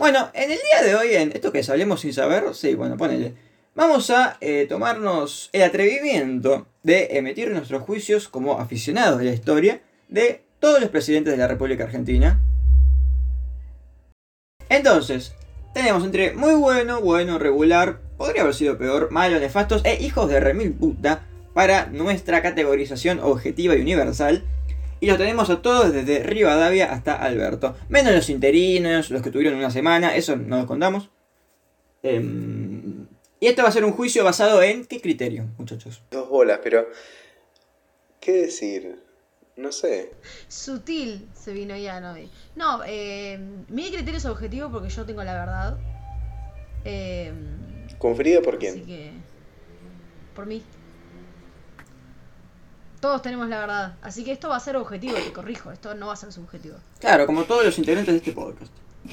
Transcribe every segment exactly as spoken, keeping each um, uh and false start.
Bueno, en el día de hoy, en esto que es Hablemos Sin Saber, sí, bueno, ponele. Vamos a eh, tomarnos el atrevimiento de emitir nuestros juicios como aficionados de la historia de todos los presidentes de la República Argentina. Entonces, tenemos entre muy bueno, bueno, regular, podría haber sido peor, malo, nefastos e hijos de remil puta para nuestra categorización objetiva y universal. Y los tenemos a todos desde Rivadavia hasta Alberto. Menos los interinos, los que tuvieron una semana, eso no los contamos. Eh, y esto va a ser un juicio basado en ¿qué criterio, muchachos? Dos bolas, pero... ¿qué decir? No sé. Sutil se vino ya hoy. No, eh, mi criterio es objetivo porque yo tengo la verdad. Eh, ¿Conferida por quién? Así que... por mí. Todos tenemos la verdad. Así que esto va a ser objetivo, te corrijo. Esto no va a ser subjetivo. Claro, como todos los integrantes de este podcast.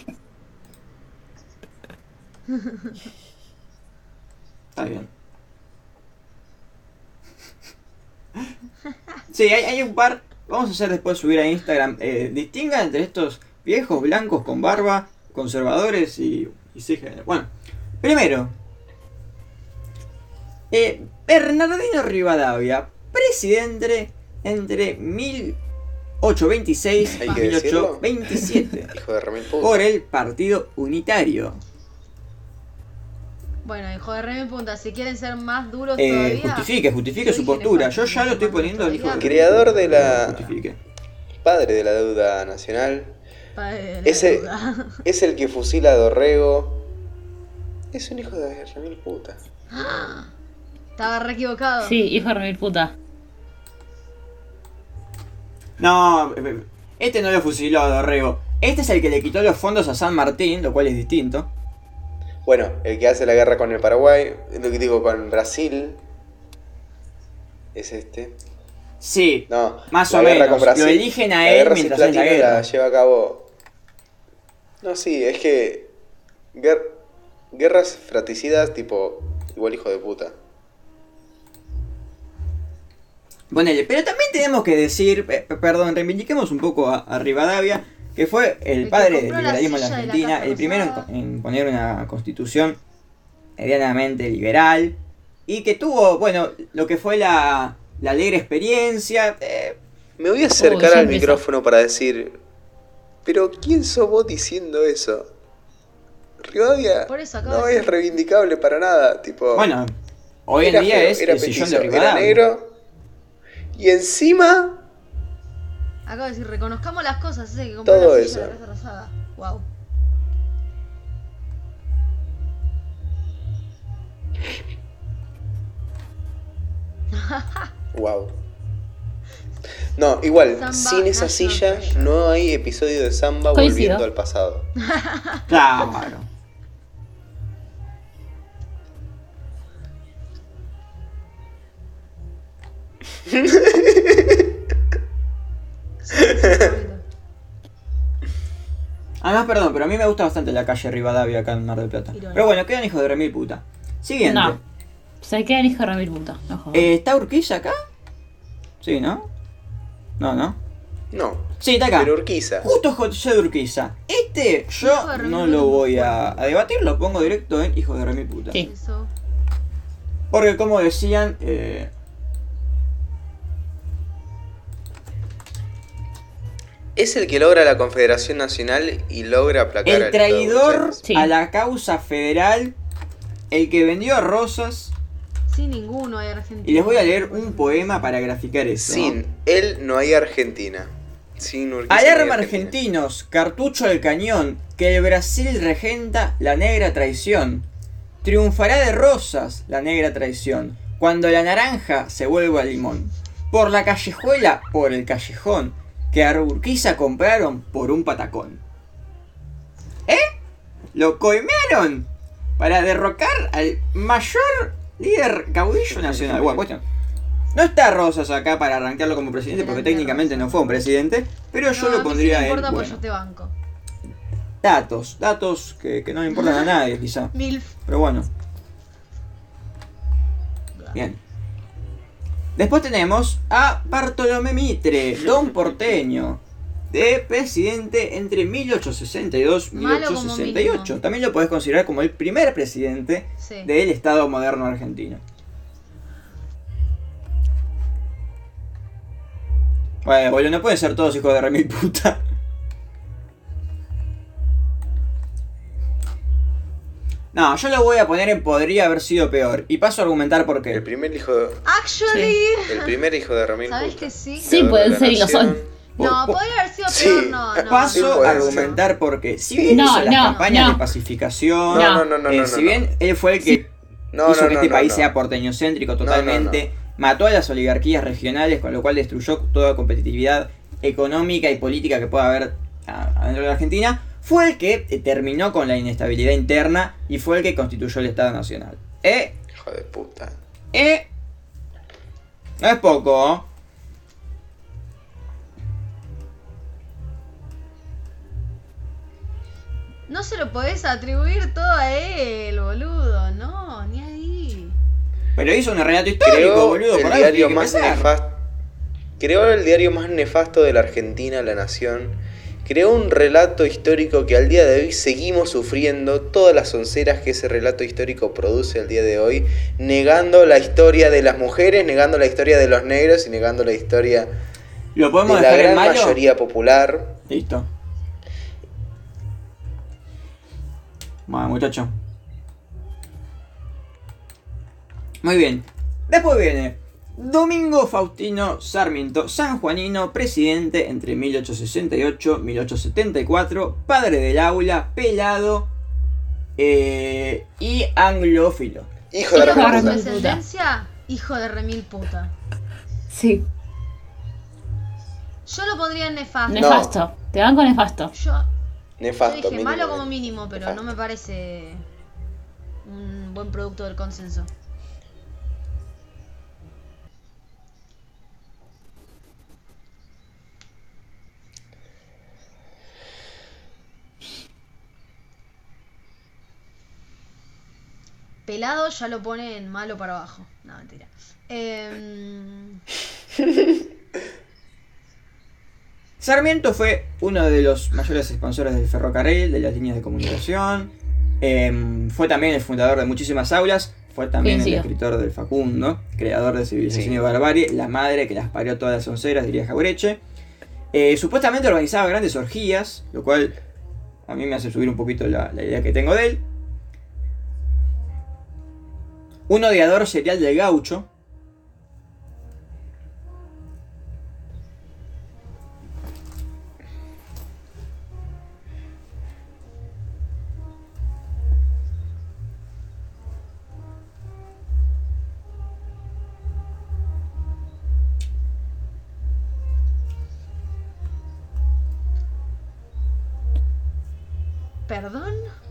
Está bien. Sí, hay, hay un par. Vamos a hacer después subir a Instagram. Eh, distingan entre estos viejos blancos con barba, conservadores y, y cisgénero. Bueno, primero. Eh, Bernardino Rivadavia, presidente entre mil ochocientos veintiséis y mil ochocientos veintisiete. Hijo de remil puta. Por el Partido Unitario. Bueno, hijo de remil punta, si quieren ser más duros Eh, todavía... justifique, justifique su postura. Yo ya lo estoy poniendo en hijo de... Creador de la... Justifique. Padre de la deuda nacional. Padre de la Ese deuda. es el que fusila a Dorrego. Es un hijo de remil puta. Estaba re equivocado. Sí, hijo de remil puta. No, este no lo fusiló a Dorrego. Este es el que le quitó los fondos a San Martín, lo cual es distinto. Bueno, el que hace la guerra con el Paraguay, lo que digo con Brasil, es este. Sí, No, más la o guerra menos. con Brasil, Lo eligen a la él guerra mientras es la cisplatina guerra. la lleva a cabo. No, sí, es que guer... guerras fratricidas tipo igual hijo de puta. Ponele, pero también tenemos que decir, eh, perdón, reivindiquemos un poco a, a Rivadavia, que fue el, El padre que del compró la liberalismo en la silla de la Argentina, Casa el primero en, Rosada. en poner una constitución medianamente liberal, y que tuvo, bueno, lo que fue la, la alegre experiencia. Eh, Me voy a acercar Oh, ya al empezó. micrófono para decir, pero ¿quién sos vos diciendo eso? Rivadavia Por eso acabo no de es decir. reivindicable para nada, tipo. bueno, hoy en era día feo, es era el sillón petizo, de era Rivadavia. negro y encima Acabo de decir, reconozcamos las cosas, ese que compró Todo la silla eso. de la Casa Rosada. Wow. wow. No, igual, Samba sin esa National silla Treasure. no hay episodio de Samba Coincido. volviendo al pasado. Claro. Además, perdón, pero a mí me gusta bastante la calle Rivadavia acá en Mar del Plata. Irónico. Pero bueno, quedan hijos de remil puta. Siguiente. No. Se queda el hijo de remil puta. No jodas. Eh, ¿Está Urquiza acá? Sí, ¿no? No, ¿no? No, Sí, está acá. pero Urquiza. Justo José de Urquiza. Este yo Hijo de remil no puta lo muy voy a, fuerte. a debatir, lo pongo directo en hijos de remil puta. Sí. Eso. Porque como decían, eh, Es el que logra la Confederación Nacional y logra aplacar al el Estado de traidor Buenos Aires. Sí. a la causa federal, el que vendió a Rosas. Sin ninguno hay Argentina. Y les voy a leer un poema para graficar eso. Sin él no hay Argentina. Sin Urquiza no hay Alarma Argentina. argentinos, cartucho al cañón, que el Brasil regenta la negra traición. Triunfará de Rosas la negra traición, cuando la naranja se vuelva limón. Por la callejuela, por el callejón, que a Urquiza compraron por un patacón. ¿Eh? ¿Lo coimearon? Para derrocar al mayor líder caudillo nacional. Bueno, cuestión. No está Rosas acá para arrancarlo como presidente porque Grande técnicamente Rosas. no fue un presidente, pero yo No, a lo mí sí pondría me en importa porque bueno, yo te banco. datos, datos que, que no le importan a nadie quizá, Milf. pero bueno. Bien. Después tenemos a Bartolomé Mitre, Don Porteño. de presidente entre mil ochocientos sesenta y dos y mil ochocientos sesenta y ocho. También lo podés considerar como el primer presidente Sí. del Estado moderno argentino. Bueno, boludo, no pueden ser todos hijos de remil puta. No, yo lo voy a poner en podría haber sido peor. Y paso a argumentar por El qué. primer hijo de, Actually. el primer hijo de Ramírez. ¿Sabes que sí? Sí, pueden ser y lo son. No, Po- po- podría haber sido Sí. peor, no, no. Paso Sí, a puede argumentar por qué. Si bien No, hizo las no, campañas no. de pacificación, No, no, no, no, eh, no, si no. bien él fue el que No, hizo no, que no, este no, país no. sea porteñocéntrico no, totalmente, mató a las oligarquías regionales, con lo cual destruyó toda competitividad económica y política que pueda haber a- adentro de la Argentina, fue el que eh, terminó con la inestabilidad interna y fue el que constituyó el Estado Nacional. ¿Eh? Hijo de puta. ¿Eh? No es poco, ¿eh? No se lo podés atribuir todo a él, boludo. No, ni ahí. Pero hizo un relato histórico, Creó boludo. el Por algo diario tiene que más empezar. nefasto. Creó el diario más nefasto de la Argentina, La Nación. Creó un relato histórico que al día de hoy seguimos sufriendo todas las onceras que ese relato histórico produce al día de hoy, negando la historia de las mujeres, negando la historia de los negros y negando la historia ¿Lo de podemos la dejar en gran malo? mayoría popular. Listo. Bueno, muchacho. Muy bien. Después viene Domingo Faustino Sarmiento, sanjuanino, presidente entre mil ochocientos sesenta y ocho y mil ochocientos setenta y cuatro, padre del aula, pelado eh, y anglófilo. Hijo de la Hijo de gran la puta. puta. Descendencia, hijo de remil puta. Sí. Yo lo pondría en nefasto. Nefasto. Te van con nefasto. Yo, yo Nefasto, dije mínimo. malo como mínimo, pero Nefasto. no me parece un buen producto del consenso. Pelado ya lo pone en malo para abajo. No, mentira. Em, Sarmiento fue uno de los mayores sponsores del ferrocarril, de las líneas de comunicación. em, fue también el fundador de muchísimas aulas. Fue también Coincido. el escritor del Facundo, creador de Civilización Sí. y Barbarie, la madre que las parió todas las onceras, diría Jaureche. Eh, supuestamente organizaba grandes orgías, lo cual a mí me hace subir un poquito la, la idea que tengo de él. Un odiador serial del gaucho. ¿Perdón?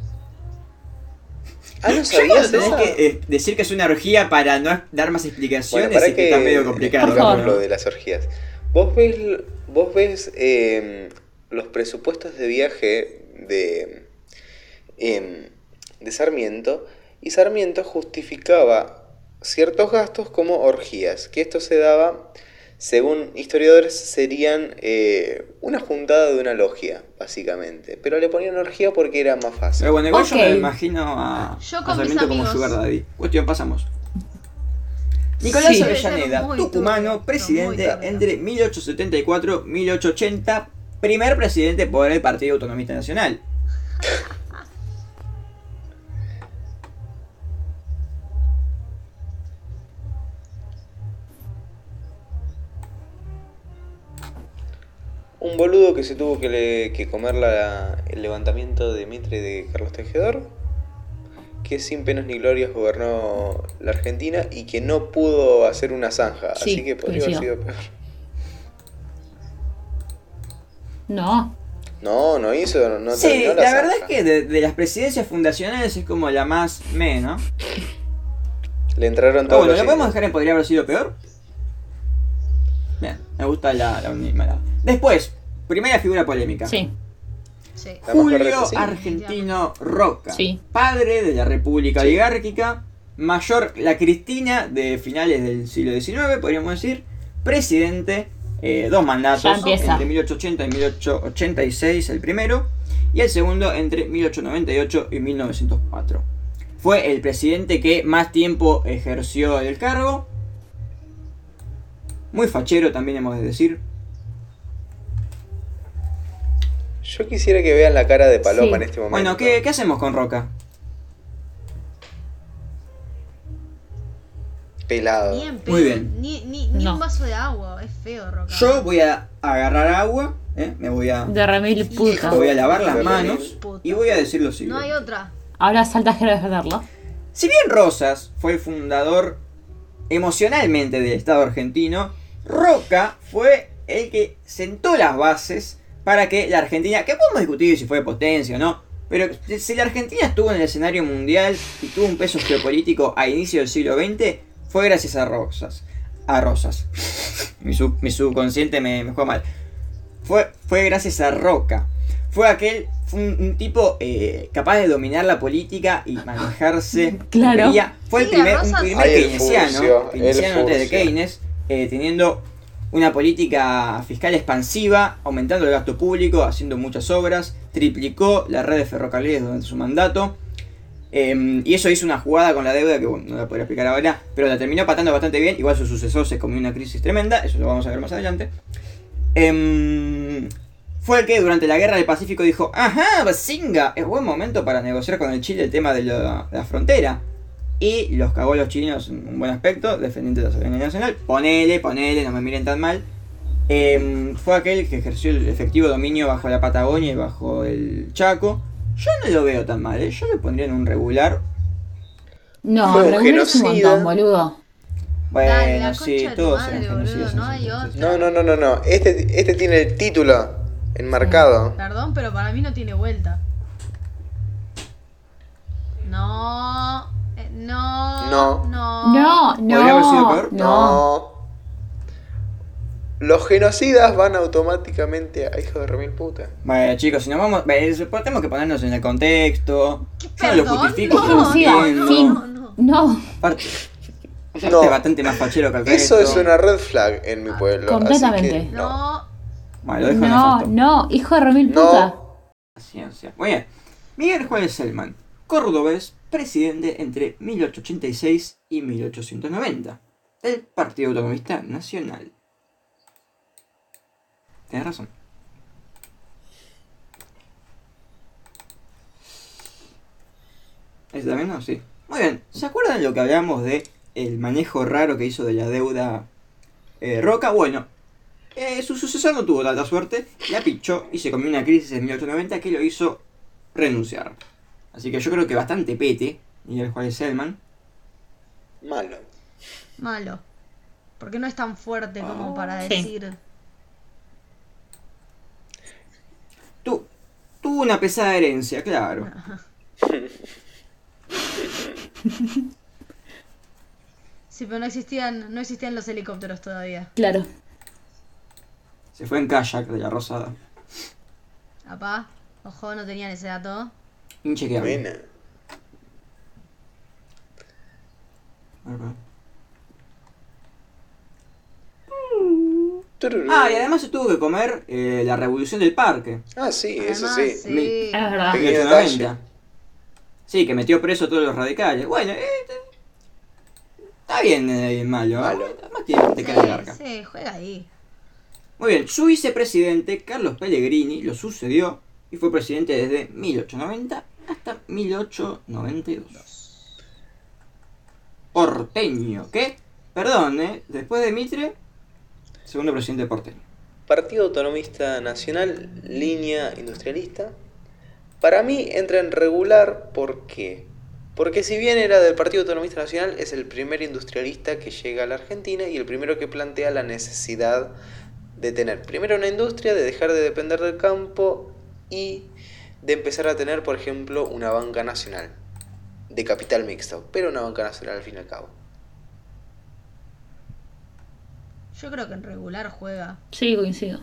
Ah, ¿no Yo sabías tenés eso? que eh, decir que es una orgía para no dar más explicaciones, Bueno, para es que está medio complicado. Por favor. expliquemos lo de las orgías. Vos ves, vos ves eh, los presupuestos de viaje de, em, de Sarmiento, y Sarmiento justificaba ciertos gastos como orgías, que esto se daba, según historiadores, serían eh, una juntada de una logia, básicamente. Pero le ponían orgía porque era más fácil. Pero bueno, igual yo Ok. me imagino a, Yo a con mis Sarmiento como amigos. Sugar Daddy. Cuestión, pasamos. Nicolás Sí. Avellaneda, Debe ser muy tucumano, turbio, presidente no, muy turbio. entre mil ochocientos setenta y cuatro y mil ochocientos ochenta, primer presidente por el Partido Autonomista Nacional. Un boludo que se tuvo que, le- que comer la- el levantamiento de Mitre de Carlos Tejedor, que sin penas ni glorias gobernó la Argentina y que no pudo hacer una zanja, Sí, así que podría haber coincido. sido peor. No. No, no hizo, no, no Sí, terminó la, la verdad es zanja. que de, de las presidencias fundacionales es como la más me, ¿no? Le entraron Pero todos bueno, los ¿lo podemos indios. dejar en podría haber sido peor? Bien, me gusta la, la unanimidad. Después, primera figura polémica. Sí. Sí. La más Julio correcta, sí. Argentino Roca, Sí. padre de la República Sí. Oligárquica, mayor, la Cristina de finales del siglo diecinueve, podríamos decir, presidente eh, dos mandatos, Ya empieza. entre mil ochocientos ochenta y mil ochocientos ochenta y seis el primero, y el segundo entre mil ochocientos noventa y ocho y mil novecientos cuatro. Fue el presidente que más tiempo ejerció el cargo. Muy fachero también hemos de decir. Yo quisiera que vean la cara de Paloma Sí. en este momento. Bueno, ¿qué, qué hacemos con Roca? Pelado. Ni en pedo, Muy bien. Ni, ni, ni No. un vaso de agua. Es feo, Roca. Yo voy a agarrar agua, ¿eh? me voy a, De remil puta. me voy a lavar las De manos puta. y voy a decir lo No siguiente. hay otra. Ahora salta Jero a defenderlo. Si bien Rosas fue el fundador emocionalmente del Estado argentino, Roca fue el que sentó las bases para que la Argentina, que podemos discutir si fue potencia o no, pero si la Argentina estuvo en el escenario mundial y tuvo un peso geopolítico a inicio del siglo veinte, fue gracias a Rosas. A Rosas. mi, sub- mi subconsciente me, me juega mal. Fue, fue gracias a Roca. Fue aquel, fue un, un tipo eh, capaz de dominar la política y manejarse. Claro. Quería- Fue el Sí, primer, a un Rosas- primer Ay, el keynesiano, Furcio, keynesiano el antes de Furcio. Keynes, eh, teniendo una política fiscal expansiva, aumentando el gasto público, haciendo muchas obras, triplicó la red de ferrocarriles durante su mandato. Eh, y eso hizo una jugada con la deuda que bueno, no la podría explicar ahora, pero la terminó patando bastante bien. Igual su sucesor se comió una crisis tremenda, eso lo vamos a ver más adelante. Eh, fue el que durante la guerra del Pacífico dijo: ajá, basinga, es buen momento para negociar con el Chile el tema de la, de la frontera. Y los cagó a los chilenos en un buen aspecto, defendiente de la soberanía nacional. Ponele, ponele, no me miren tan mal. Eh, fue aquel que ejerció el efectivo dominio bajo la Patagonia y bajo el Chaco. Yo no lo veo tan mal, ¿eh? Yo le pondría en un regular. No, Fue un regular es un genocida. montón, boludo. Bueno, Dale, la sí, concha de tu todos madre, eran boludo, genocidas en no ese hay entonces. otra. No, no, no, no, no. Este, este tiene el título enmarcado. Perdón, pero para mí no tiene vuelta. No. eh, no. No. No. No, no. ¿Podría haber sido peor? No. No. Los genocidas van automáticamente a hijo de remil puta. Bueno, chicos, si nos vamos. eh, Tenemos que ponernos en el contexto. Yo no lo Perdón, justifico, no, pero Genocida, no, entiendo. fin. no, no. No, Aparte, aparte No. es bastante más fachero que el Eso resto. es una red flag en mi pueblo. completamente. Así que no. No. Bueno, lo dejo no, nefasto. no, hijo de remil puta. No. Ciencia. Muy bien. Miguel Juárez Selman, cordobés, presidente entre mil ochocientos ochenta y seis y mil ochocientos noventa del Partido Autonomista Nacional. Tienes razón. ¿Ese también no? Sí. Muy bien. ¿Se acuerdan lo que hablamos de el manejo raro que hizo de la deuda eh, Roca? Bueno, eh, su sucesor no tuvo tanta suerte, la pichó y se comió una crisis en mil ochocientos noventa que lo hizo renunciar. Así que yo creo que bastante pete Miguel Juárez Selman. Malo. Malo. Porque no es tan fuerte como para Sí. decir. Tu, tuvo una pesada herencia, claro. Sí, pero no existían, no existían los helicópteros todavía. Claro. Se fue en kayak de la Rosada. Apá, ojo, no tenían ese dato. Inchequeable. Buena. Tururú. Ah, y además se tuvo que comer eh, la revolución del parque. Ah, sí, eso Además, sí. Mi- sí. Es verdad. Pequeño mil ochocientos detalle. noventa. Sí, que metió preso a todos los radicales. Bueno, eh, te- está bien eh, malo. Malo. ¿eh? Además tiene te Sí, queda larga. sí, juega ahí. Muy bien, su vicepresidente, Carlos Pellegrini, lo sucedió y fue presidente desde mil ochocientos noventa hasta mil ochocientos noventa y dos. Porteño, ¿qué? Perdón, ¿eh? Después de Mitre, segundo presidente porteño. Partido Autonomista Nacional, línea industrialista. Para mí entra en regular, ¿por qué? Porque si bien era del Partido Autonomista Nacional, es el primer industrialista que llega a la Argentina y el primero que plantea la necesidad de tener primero una industria, de dejar de depender del campo y de empezar a tener, por ejemplo, una banca nacional de capital mixto, pero una banca nacional al fin y al cabo. Yo creo que en regular juega. Sí, coincido.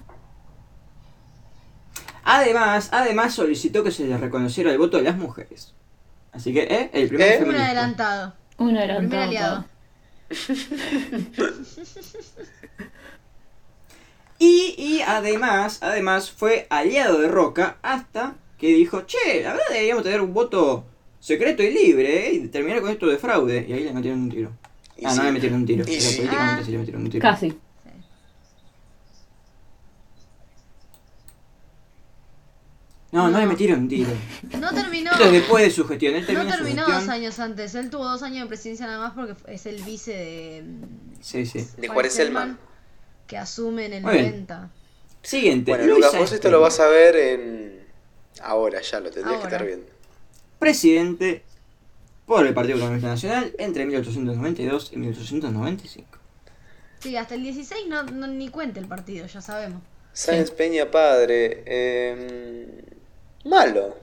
Además, además solicitó que se les reconociera el voto de las mujeres. Así que, ¿eh? El primer ¿Eh? Un feminista. adelantado. Uno El era primer aliado. Y, y además, además fue aliado de Roca hasta que dijo, che, la verdad deberíamos tener un voto secreto y libre, ¿eh? Y terminar con esto de fraude. Y ahí le metieron un tiro. Y Ah, sí. no le metieron un tiro, Y pero sí. políticamente Ah. sí le metieron un tiro. Casi. No, no, No. le metieron un tiro. No terminó. Esto es después de su gestión. Él No termina su terminó gestión. dos años antes. Él tuvo dos años de presidencia nada más porque es el vice de. Sí, sí. De Juárez Selman. Que asume en el Muy bien. noventa. Siguiente. Bueno, Luis Lucas, vos esto Espeña, lo vas a ver en... Ahora, ya lo tendrías que Ahora. estar viendo. presidente por el Partido Comunista Nacional entre mil ochocientos noventa y dos y mil ochocientos noventa y cinco. Sí, hasta el dieciséis no, no ni cuenta el partido, ya sabemos. Sáenz Peña padre. Eh, malo.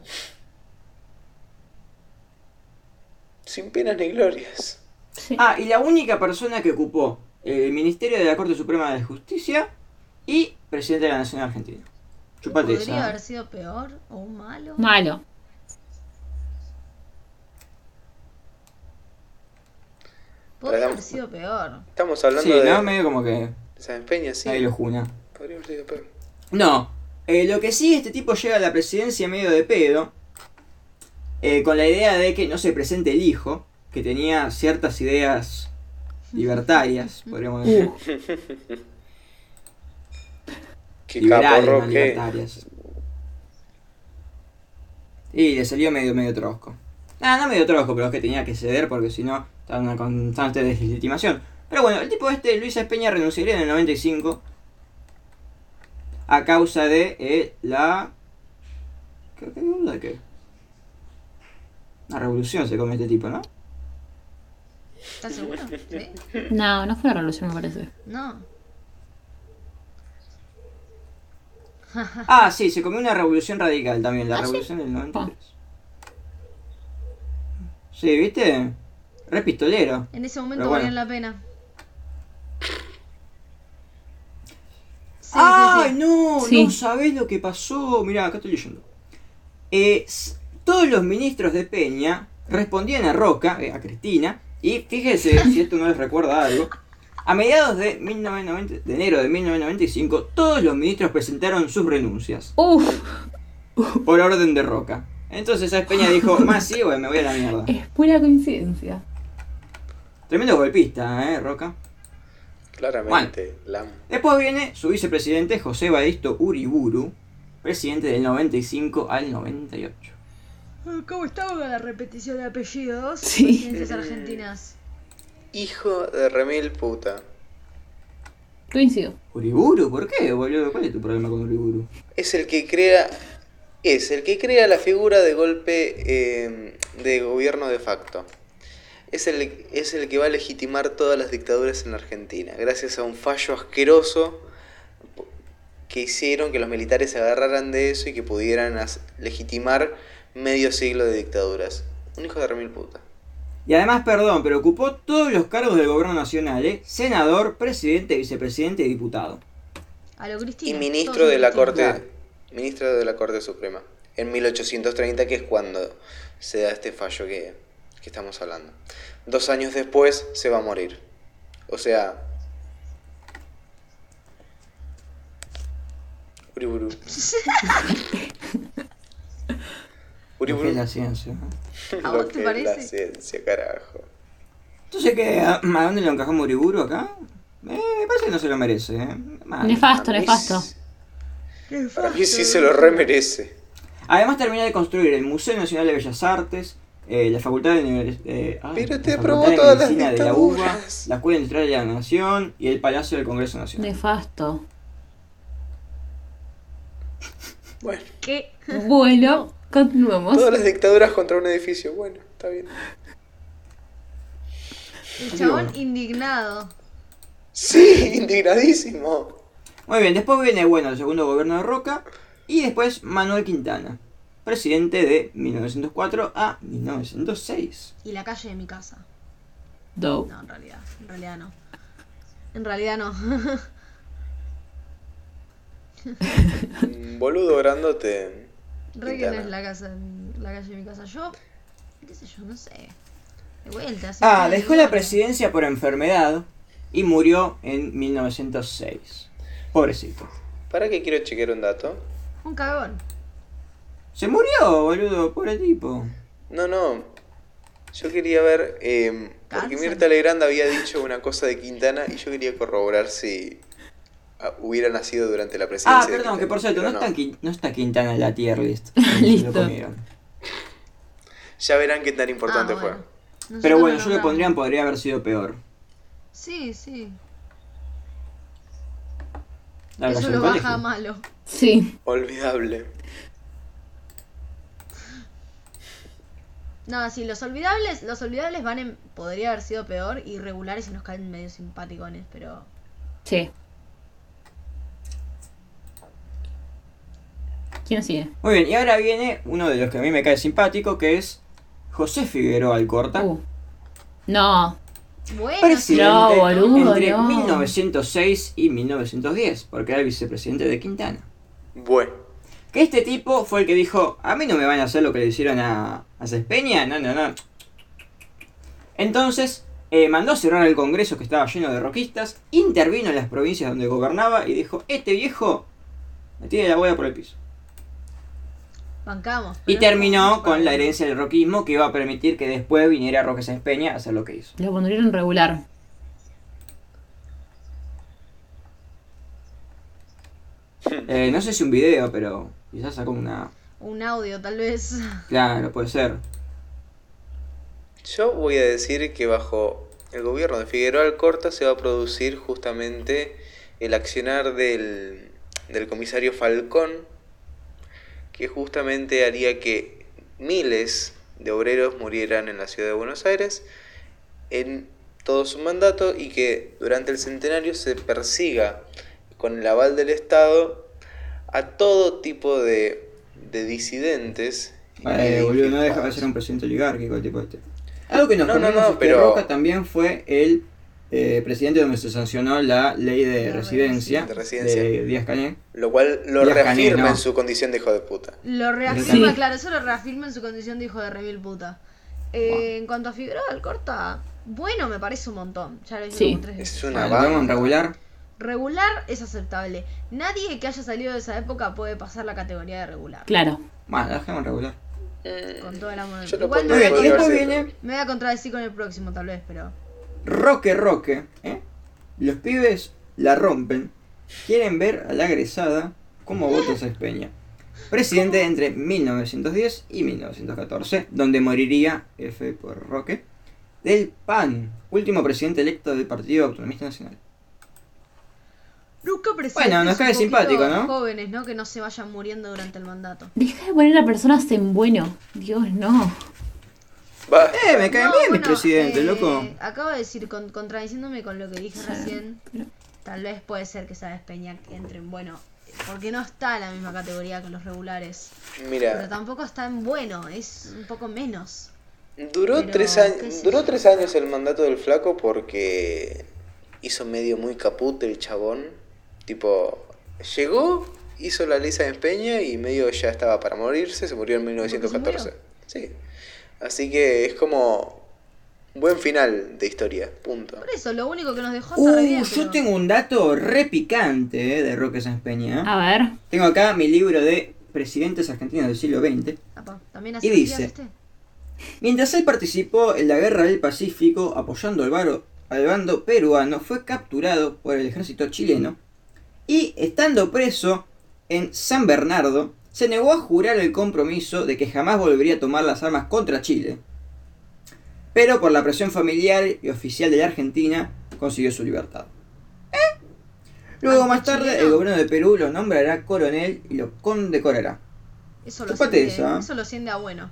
Sin penas ni glorias. Sí. Ah, y la única persona que ocupó el Ministerio de la Corte Suprema de Justicia y presidente de la Nación Argentina. Chupate Podría esa. haber sido peor o un malo. Malo. Podría Pero haber sido peor. Estamos hablando Sí, de... ¿no? Medio como que de Sáenz Peña, sí. nadie lo juna. Podría haber sido peor. No, eh, lo que sí, este tipo llega a la presidencia medio de pedo, eh, con la idea de que no se presente el hijo, que tenía ciertas ideas libertarias, podríamos decir. Qué Liberales, caporro no que... libertarias. Y le salió medio, medio trosco. Ah, no medio trosco, pero es que tenía que ceder porque si no, estaba en una constante deslegitimación. Pero bueno, el tipo este, Luis Espeña, renunciaría en el noventa y cinco a causa de eh, la... ¿Qué, qué, de qué? Una revolución se come este tipo, ¿no? ¿Estás seguro? ¿Sí? No, no fue una revolución, me parece. No. Ah, sí, se comió una revolución radical también, la ¿Ah, sí? revolución del noventa y tres. Sí, ¿viste? Re pistolero. En ese momento Pero bueno. valían la pena. Sí, ¡Ay, sí, sí. no! Sí. No sabés lo que pasó. Mirá, acá estoy leyendo. Eh, s- todos los ministros de Peña respondían a Roca, eh, a Cristina, y fíjese si esto no les recuerda algo. A mediados de, mil novecientos noventa, de enero de mil novecientos noventa y cinco, todos los ministros presentaron sus renuncias Uf, por orden de Roca. Entonces Sáenz Peña dijo, más sí, güey, me voy a la mierda. es pura coincidencia. Tremendo golpista, ¿eh, Roca? Claramente. La... Después viene su vicepresidente José Evaristo Uriburu, presidente del noventa y cinco al noventa y ocho. ¿Cómo estaba con la repetición de apellidos? Sí. Presidencias argentinas. Hijo de remil puta. Coincido. ¿Uriburu? ¿Por qué, boludo? ¿Cuál es tu problema con Uriburu? Es el que crea... Es el que crea la figura de golpe eh, de gobierno de facto. Es el, es el que va a legitimar todas las dictaduras en la Argentina. Gracias a un fallo asqueroso que hicieron que los militares se agarraran de eso y que pudieran as- legitimar medio siglo de dictaduras. Un hijo de remil puta. Y además, perdón, pero ocupó todos los cargos del gobierno nacional, ¿eh? Senador, presidente, vicepresidente y diputado. A lo Y Cristina. ministro todos de la Cristina. Corte, Claro. ministro de la Corte Suprema. En mil ochocientos treinta, que es cuando se da este fallo que, que estamos hablando. Dos años después se va a morir. O sea... Uriburu. Lo Uriburu. que es la ciencia, ¿no? ¿A vos Lo te que es parece? la ciencia, carajo. Entonces, ¿qué? ¿A, a dónde lo encajamos Uriburu acá? Eh, me parece que no se lo merece, ¿eh? Mal. Nefasto, A mí nefasto. sí- Para mí sí se lo remerece. Además terminó de construir el Museo Nacional de Bellas Artes, eh, la Facultad de, Univers- eh, ay, Pero la te Facultad aprobó de todas las Medicina de la U B A, dictaduras. la Escuela Industrial de la Nación y el Palacio del Congreso Nacional. Nefasto. Bueno, ¿Qué? Bueno, continuemos. todas las dictaduras contra un edificio. Bueno, está bien. El chabón Dios. indignado. Sí, indignadísimo. Muy bien, después viene, bueno, el segundo gobierno de Roca y después Manuel Quintana, presidente de mil novecientos cuatro a mil novecientos seis. Y la calle de mi casa. Dope. No, en realidad. En realidad no. En realidad no. Un boludo grandote. Re que no Quintana. es la casa, la calle de mi casa. Yo, qué sé yo, no sé. De vuelta. así Ah, que dejó la igual. presidencia por enfermedad y murió en mil novecientos seis. Pobrecito. ¿Para qué quiero chequear un dato? Un cagón. Se murió, boludo, pobre tipo. No, no. Yo quería ver, eh, porque Cáncer. Mirta Legrand había dicho una cosa de Quintana y yo quería corroborar si ah, hubiera nacido durante la presidencia. Ah, de perdón, que Quintana, por cierto, no, pero está, Qui- no está Quintana en la tier list. Listo. Se lo comieron. Ya verán qué tan importante Ah, fue. bueno. Nosotros Pero bueno, lo yo le nombramos. pondría, podría haber sido peor. Sí, sí. La Eso razón lo del baja a colegio. malo. Sí. Olvidable. No, sí, los olvidables, los olvidables van en. Podría haber sido peor y regulares y nos caen medio simpaticones, pero. Sí. ¿Quién sigue? Muy bien, y ahora viene uno de los que a mí me cae simpático, que es José Figueroa Alcorta. Uh. No. Bueno, Presidente No, boludo, entre no. mil novecientos seis y mil novecientos diez, porque era el vicepresidente de Quintana. Bueno. Que este tipo fue el que dijo, a mí no me van a hacer lo que le hicieron a, a Cespeña, no, no, no. Entonces, eh, mandó a cerrar el Congreso que estaba lleno de roquistas, intervino en las provincias donde gobernaba y dijo, este viejo me tiene la bola por el piso. bancamos. Y pero terminó no- con la herencia del roquismo que iba a permitir que después viniera Roque Sáenz Peña a hacer lo que hizo. Lo pondría en regular. Eh, no sé si un video, pero quizás sacó una... Un audio, tal vez. Claro, puede ser. Yo voy a decir que bajo el gobierno de Figueroa Alcorta se va a producir justamente el accionar del, del comisario Falcón, que justamente haría que miles de obreros murieran en la ciudad de Buenos Aires en todo su mandato y que durante el centenario se persiga con el aval del Estado a todo tipo de, de disidentes. y Eh, de boludo, no deja de infiltrados. ser un presidente oligárquico el tipo este. Algo que nos No, no, comemos no, es que pero- Roca también fue el eh, presidente donde se sancionó la ley de La residencia de residencia. de Díaz Canel. Lo cual lo Díaz reafirma Canel, no. en su condición de hijo de puta. Lo reafirma, Sí. claro, eso lo reafirma en su condición de hijo de remil puta. Eh, En cuanto a Figueroa Alcorta, bueno, me parece un montón. Ya lo dije Sí. como tres veces. Es una Bueno, lo vemos en banda. regular. Regular es aceptable. Nadie que haya salido de esa época puede pasar la categoría de regular. Claro. Bueno, la dejemos en regular. Mm, Con todo el amor del Yo lo Igual pondría Muy me bien, voy, y a podría después haber sido viene me voy a contradecir con el próximo, tal vez, pero. Roque Roque. ¿eh? Los pibes la rompen. Quieren ver a la egresada como vota Sáenz Peña. Presidente entre mil novecientos diez y mil novecientos catorce, donde moriría, F por Roque, del P A N, último presidente electo del Partido Autonomista Nacional. Nunca presidentes Bueno, nos cae un poquito simpático, ¿no? jóvenes, ¿no? Que no se vayan muriendo durante el mandato. Deja de poner a personas en bueno. Dios, no. Va. Eh, me cae No, bien mi bueno, presidente, eh, loco. Acabo de decir, con- contradiciéndome con lo que dije Sí, recién, pero- tal vez puede ser que Sáenz Peña entre en bueno, porque no está en la misma categoría que los regulares. Pero Mira, tampoco está en bueno, es un poco menos. duró pero, tres qué años, sé duró yo. tres años el mandato del flaco porque hizo medio muy caput el chabón. Tipo, llegó, hizo la ley Sáenz Peña y medio ya estaba para morirse, se murió en mil novecientos catorce. Sí. Así que es como un buen final de historia, punto. Por eso, lo único que nos dejó está re Uh, bien, yo pero- tengo un dato re picante eh, de Roque Sáenz Peña. A ver. Tengo acá mi libro de presidentes argentinos del siglo veinte. Apa, ¿también Y así dice- este? Mientras él participó en la guerra del Pacífico apoyando al, varo- al bando peruano, fue capturado por el ejército chileno y, estando preso en San Bernardo, se negó a jurar el compromiso de que jamás volvería a tomar las armas contra Chile. Pero por la presión familiar y oficial de la Argentina, consiguió su libertad. ¿Eh? Luego, más tarde, ¿Chileno? el gobierno de Perú lo nombrará coronel y lo condecorará. Eso lo, Chupate siente, esa. eso lo siente a bueno.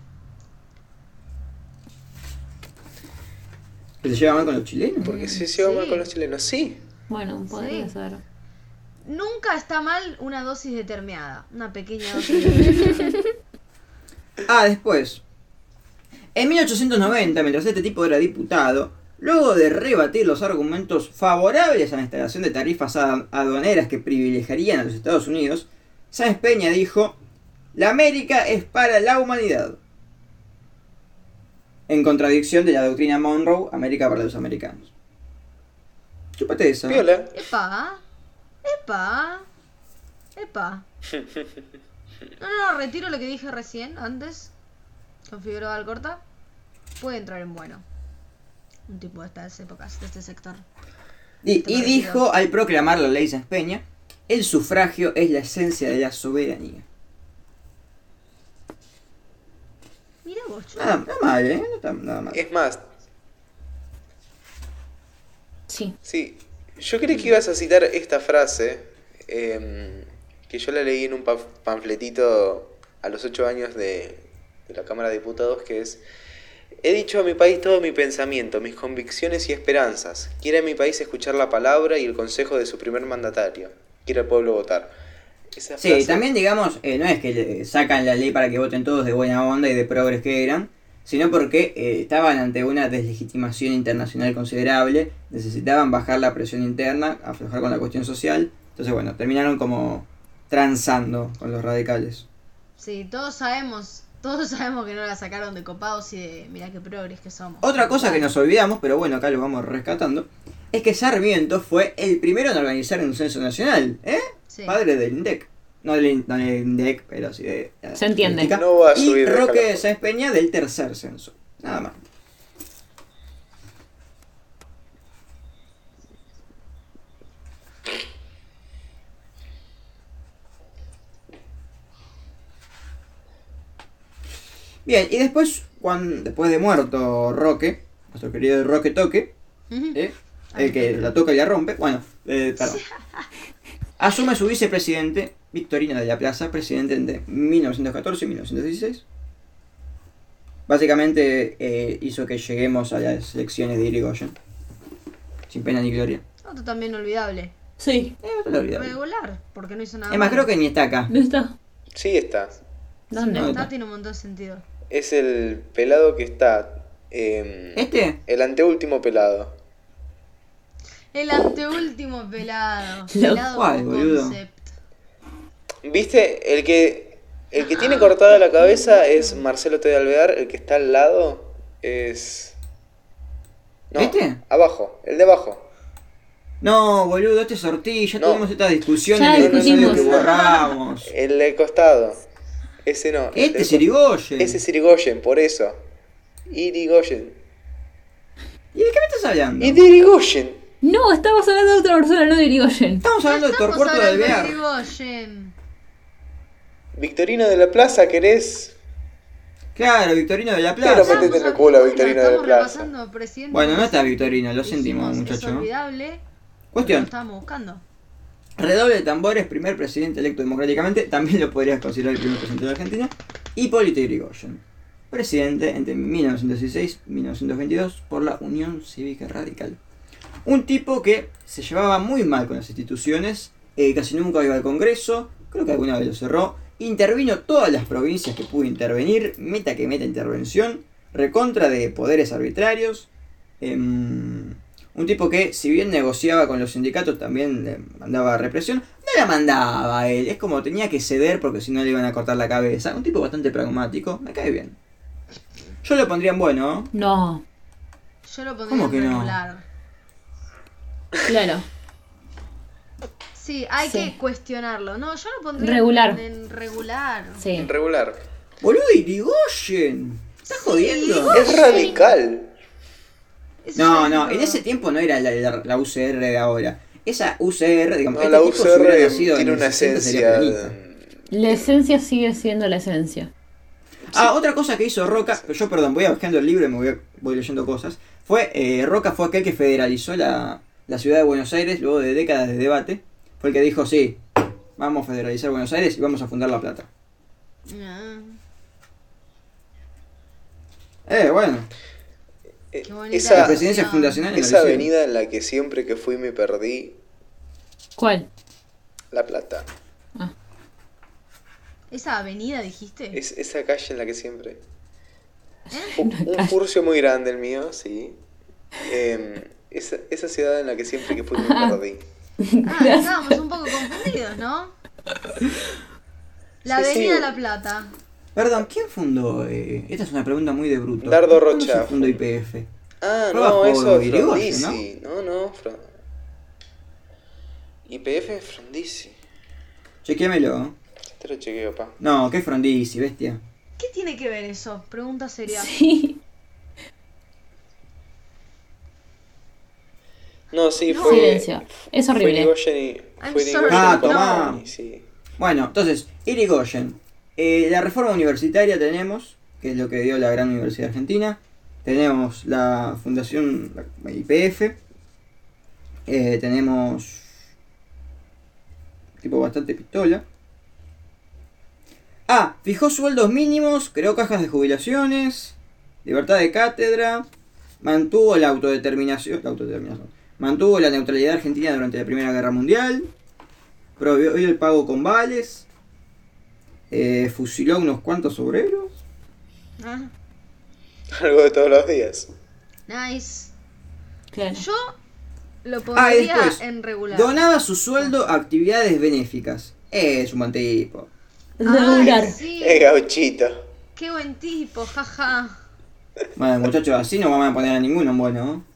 ¿Que se lleva mal con los chilenos? Porque se lleva mal Sí. con los chilenos, sí. Bueno, podría Sí. ser. Nunca está mal una dosis determinada, una pequeña dosis determinada. Ah, después. En mil ochocientos noventa, mientras este tipo era diputado, luego de rebatir los argumentos favorables a la instalación de tarifas ad- aduaneras que privilegiarían a los Estados Unidos, Sáenz Peña dijo: "La América es para la humanidad". En contradicción de la doctrina Monroe, América para los americanos. Chúpate esa. Viola. Epa, Epa. Epa. No, no, retiro lo que dije recién, antes. Con Figueroa Alcorta. Puede entrar en bueno. Un tipo de estas épocas, de este sector. Y, Te y retiro. dijo al proclamar la ley Sáenz Peña: el sufragio es la esencia de la soberanía. Mira vos, yo. Nada, nada mal, ¿eh? No está nada mal. Es más, Sí. sí, yo creí que ibas a citar esta frase, em, que yo la leí en un paf- panfletito a los ocho años de, de la Cámara de Diputados, que es: he dicho a mi país todo mi pensamiento, mis convicciones y esperanzas. Quiere mi país escuchar la palabra y el consejo de su primer mandatario. Quiere el pueblo votar. Esa Sí, frase- también digamos, eh, no es que le sacan la ley para que voten todos de buena onda y de progres que eran, sino porque eh, estaban ante una deslegitimación internacional considerable, necesitaban bajar la presión interna, aflojar con la cuestión social, entonces bueno, terminaron como transando con los radicales. Sí, todos sabemos. Todos sabemos que no la sacaron de copados y de. Mirá qué progres que somos. Otra cosa que nos olvidamos, pero bueno, acá lo vamos rescatando, es que Sarmiento fue el primero en organizar un censo nacional, ¿eh? Sí. Padre del INDEC. No del, In- no del INDEC, pero sí de... de Se entiende. estadística. No va a y subir de Roque escalafón. Sáenz Peña del tercer censo. Nada más. Bien, y después, cuando, después de muerto Roque, nuestro querido Roque Toque, Ujú. ¿eh? el que la toca y la rompe, bueno, eh, perdón. Asume su vicepresidente, Victorino de la Plaza, presidente entre mil novecientos catorce y mil novecientos dieciséis. Básicamente eh, hizo que lleguemos a las elecciones de Irigoyen. Sin pena ni gloria. Otro también olvidable. Sí. Eh, no te lo olvides. Regular, porque no hizo nada. Es más, malo. creo que ni está acá. ¿No está? Sí está. ¿Dónde? No está? está, tiene un montón de sentido. Es el pelado que está... em, ¿Este? el anteúltimo pelado. El anteúltimo pelado. Lo Pelado cual, con boludo. concept. ¿Viste? El que el que tiene cortada la cabeza es Marcelo T. de Alvear, el que está al lado es... No, ¿Este? abajo, el de abajo. No, boludo, este es Ortiz. Ya No. tuvimos esta discusión Ya en el episodio discutimos. que borramos. El de costado. Ese no. el Este del es co- Irigoyen. Ese es Irigoyen, por eso. Irigoyen. ¿Y de qué me estás hablando? ¿Y de Irigoyen? No, estamos hablando de otra persona, no de Irigoyen. Estamos hablando de Estamos Torcuato de hablando de Alvear. Irigoyen. Victorino de la Plaza, ¿querés? Claro, Victorino de la Pero Plaza. metete en el Estamos culo a hablando- Victorino de la estamos Plaza. repasando presidentes. Bueno, no está Victorino, lo Dijimos, sentimos, Es muchacho. olvidable. Lo Cuestión. estábamos buscando. Redoble de tambores, primer presidente electo democráticamente, también lo podrías considerar el primer presidente de la Argentina. Hipólito Yrigoyen, presidente entre mil novecientos dieciséis y mil novecientos veintidós por la Unión Cívica Radical. Un tipo que se llevaba muy mal con las instituciones, eh, casi nunca iba al Congreso, creo que alguna vez lo cerró, intervino todas las provincias que pudo intervenir, meta que meta intervención, recontra de poderes arbitrarios. em, Un tipo que, si bien negociaba con los sindicatos, también le mandaba represión. No la mandaba a él, es como tenía que ceder porque si no le iban a cortar la cabeza. Un tipo bastante pragmático, me cae bien. Yo lo pondría en bueno. No, Yo lo pondría ¿Cómo en que no? regular. claro. Sí, hay Sí. que cuestionarlo. No, yo lo pondría Regular. en, en regular. Sí. Regular. Boludo, Irigoyen. ¿Estás jodiendo? Es radical. Eso No, ya no, digo. en ese tiempo no era la, la- la U C R de ahora. Esa U C R, digamos, No, este la tipo si hubiera U C R nacido en tiene el una sesenta sería esencia. peronista. La esencia sigue siendo la esencia. Ah, otra cosa que hizo Roca, pero yo perdón, voy buscando el libro y me voy, voy leyendo cosas. Fue, eh, Roca fue aquel que federalizó la, la ciudad de Buenos Aires luego de décadas de debate. Fue el que dijo, sí, vamos a federalizar Buenos Aires y vamos a fundar La Plata. Ah, Eh, bueno. Eh, qué bonita esa, La presidencia no. fundacional en esa la avenida en la que siempre que fui me perdí, ¿Cuál? La Plata. Ah, ¿Esa avenida dijiste? Es esa calle en la que siempre. ¿Eh? Un, un furcio muy grande el mío, sí. Em, esa, esa ciudad en la que siempre que fui me perdí. Ah, estábamos un poco confundidos, ¿no? La Sí, avenida sí. La Plata. Perdón, ¿quién fundó? eh, esta es una pregunta muy de bruto. Dardo ¿Cuándo Rocha. se fundó I P F? Ah, Fue no, bajo eso es Irigoyen, Frondizi. No, no, Fro- Y P F es Frondizi. Chequéamelo. Te lo chequeo, pa. No, ¿qué Frondizi, bestia? ¿Qué tiene que ver eso? Pregunta seria. Sí. No, sí, No. fue. Silencio. Es Fue horrible. Irigoyen y. I'm Fue sorry. Irigoyen Ah, con tomá. Frondizi, sí. Bueno, entonces, Irigoyen. Eh, la reforma universitaria tenemos, que es lo que dio la gran Universidad Argentina. Tenemos la Fundación la I P F. Eh, tenemos. Tipo bastante pistola. Ah, fijó sueldos mínimos, creó cajas de jubilaciones, libertad de cátedra, mantuvo la autodeterminación, la autodeterminación, mantuvo la neutralidad argentina durante la Primera Guerra Mundial, prohibió el pago con vales, eh, fusiló a unos cuantos obreros. Ah, Algo de todos los días. nice. Claro. Yo lo Ah, y pondría después, en regular. donaba su sueldo a actividades benéficas. Es un buen tipo. Regular. Ay, sí. Es gauchito. Qué buen tipo, jaja. Bueno, muchachos, así no vamos a poner a ninguno en bueno, ¿no?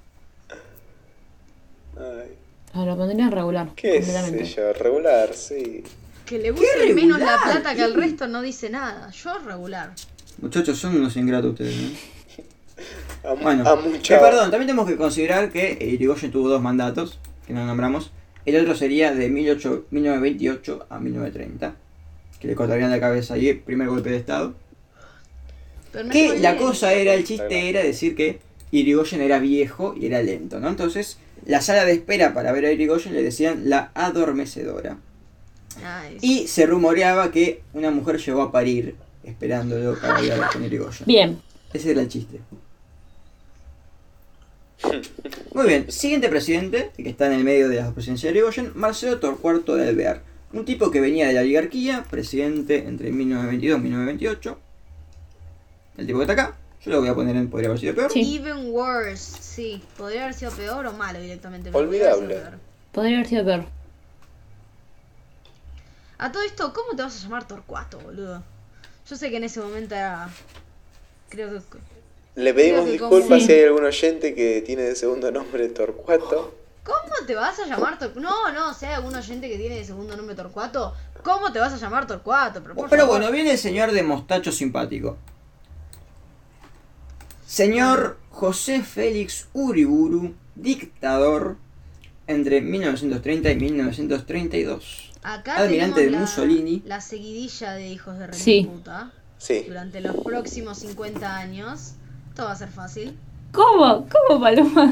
Ay, Ah, lo pondría en regular. qué completamente. sé yo, regular, sí. Que le guste menos la regular, plata que al ¿qué? resto no dice nada. Yo regular. Muchachos, son unos ingratos ustedes, ¿no? A, Bueno, a que mucha. perdón, también tenemos que considerar que Irigoyen tuvo dos mandatos, que no nombramos. El otro sería de mil novecientos veintiocho a mil novecientos treinta, que le cortarían la cabeza ahí, el primer golpe de estado. Pero no Que fue la bien. cosa era, el chiste era decir que Irigoyen era viejo y era lento, ¿no? Entonces, la sala de espera para ver a Irigoyen le decían la adormecedora. Nice. Y se rumoreaba que una mujer llegó a parir esperándolo para ir a ver con Irigoyen. Bien. Ese era el chiste. Muy bien, siguiente presidente, que está en el medio de la presidencia de Irigoyen, Marcelo Torcuato de Alvear. Un tipo que venía de la oligarquía, presidente entre mil novecientos veintidós y mil novecientos veintiocho. El tipo que está acá, yo lo voy a poner en podría haber sido peor. Sí. Even worse, sí. Podría haber sido peor o malo directamente. pero podría haber sido Olvidable. peor. Podría haber sido peor. A todo esto, ¿cómo te vas a llamar Torcuato, boludo? Yo sé que en ese momento era. Creo que. Le pedimos Creo que disculpas como- si hay algún oyente que tiene de segundo nombre Torcuato. ¿Cómo te vas a llamar Torcuato? No, no, si hay algún oyente que tiene de segundo nombre Torcuato, ¿cómo te vas a llamar Torcuato? Pero, por Pero favor. bueno, viene el señor de mostacho simpático. Señor José Félix Uriburu, dictador entre mil novecientos treinta y mil novecientos treinta y dos. Acá Almirante de tenemos la, Mussolini. la seguidilla de hijos de Sí. puta Sí. durante los próximos cincuenta años. Esto va a ser fácil. ¿Cómo? ¿Cómo, Paloma?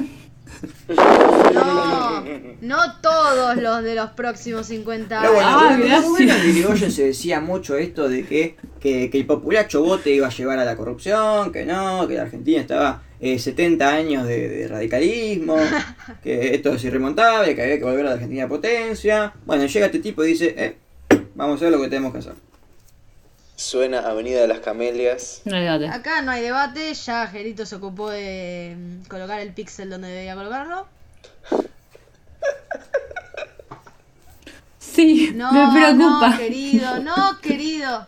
No, no todos los de los próximos cincuenta Pero bueno, años. Ah, durante el gracias. gobierno de Irigoyen se decía mucho esto de que, que, que el populacho vote iba a llevar a la corrupción, que no, que la Argentina estaba eh, setenta años de, de radicalismo, que esto es irremontable, que había que volver a la Argentina potencia. Bueno, llega este tipo y dice, eh, vamos a ver lo que tenemos que hacer. Suena Avenida de las Camelias. No le date. Acá no hay debate, ya Gerito se ocupó de mm, colocar el píxel donde debía colocarlo. Sí, No, me preocupa. no, querido, no, querido.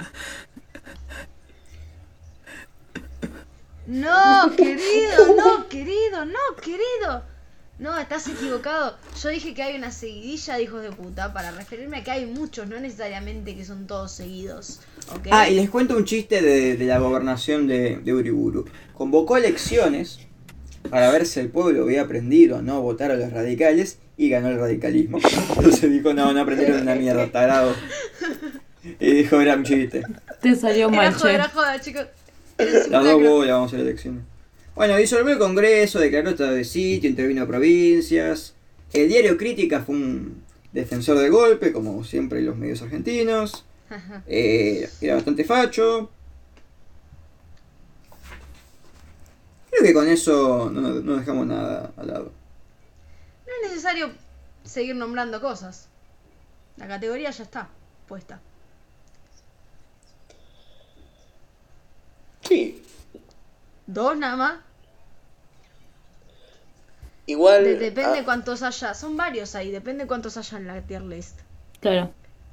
No, querido, no, querido, no, querido. No, estás equivocado. Yo dije que hay una seguidilla de hijos de puta para referirme a que hay muchos, no necesariamente que son todos seguidos. ¿Ok? Ah, y les cuento un chiste de, de la gobernación de, de Uriburu. Convocó elecciones para ver si el pueblo había aprendido a no votar a los radicales y ganó el radicalismo. Entonces dijo, no, no aprendieron una mierda, tarado. Y dijo, era un chiste. Te salió Era mal, joda, che. era joda, chicos. Era un Las dos simulacro. bolas, vamos a hacer elecciones. Bueno, disolvió el Congreso, declaró estado de sitio, intervino a provincias. El diario Crítica fue un defensor del golpe, como siempre los medios argentinos. Eh, era bastante facho. Creo que con eso no, no dejamos nada al lado. No es necesario seguir nombrando cosas. La categoría ya está puesta. Sí. Dos nada más. Igual. De- depende ah, cuántos haya. Son varios ahí. Depende cuántos haya en la tier list. Claro.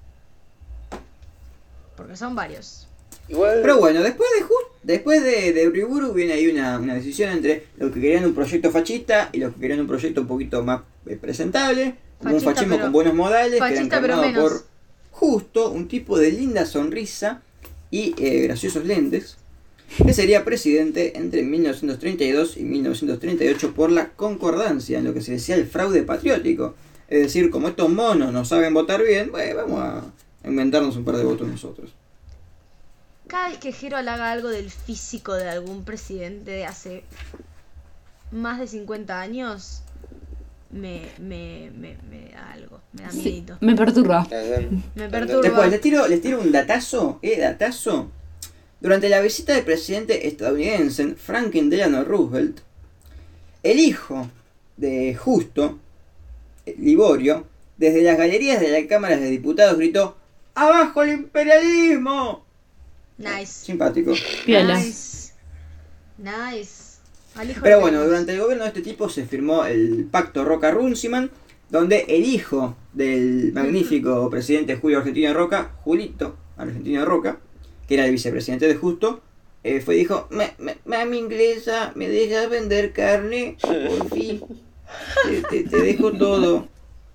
Porque son varios. Igual. Pero bueno, después de just, después de, de Uriburu viene ahí una, una decisión entre los que querían un proyecto fascista y los que querían un proyecto un poquito más eh, presentable. un Fascista, fascismo pero- con buenos modales, que era fascista, pero encarnado menos. por Justo, un tipo de linda sonrisa y eh, graciosos lentes, que sería presidente entre mil novecientos treinta y dos y mil novecientos treinta y ocho por la concordancia, en lo que se decía el fraude patriótico. Es decir, como estos monos no saben votar bien, bueno, vamos a inventarnos un par de votos nosotros. Cada vez que Gerald haga algo del físico de algún presidente de hace más de cincuenta años, me, me, me, me da algo, me da Sí, miedito. me perturba. Me perturba. Después, les tiro, les tiro un datazo, ¿eh? Datazo. Durante la visita del presidente estadounidense Franklin Delano Roosevelt, el hijo de Justo, Liborio, desde las galerías de la Cámara de Diputados gritó ¡Abajo el imperialismo! Nice. Simpático. Piola. Nice. Nice. Al hijo Pero le bueno, queremos. durante el gobierno de este tipo se firmó el Pacto Roca-Runciman, donde el hijo del magnífico presidente Julio Argentino Roca, Julito Argentino Roca, que era el vicepresidente de Justo, eh, fue y dijo, "Ma- ma- mami inglesa, ¿me dejas vender carne? Por fin, te, te- te dejo todo".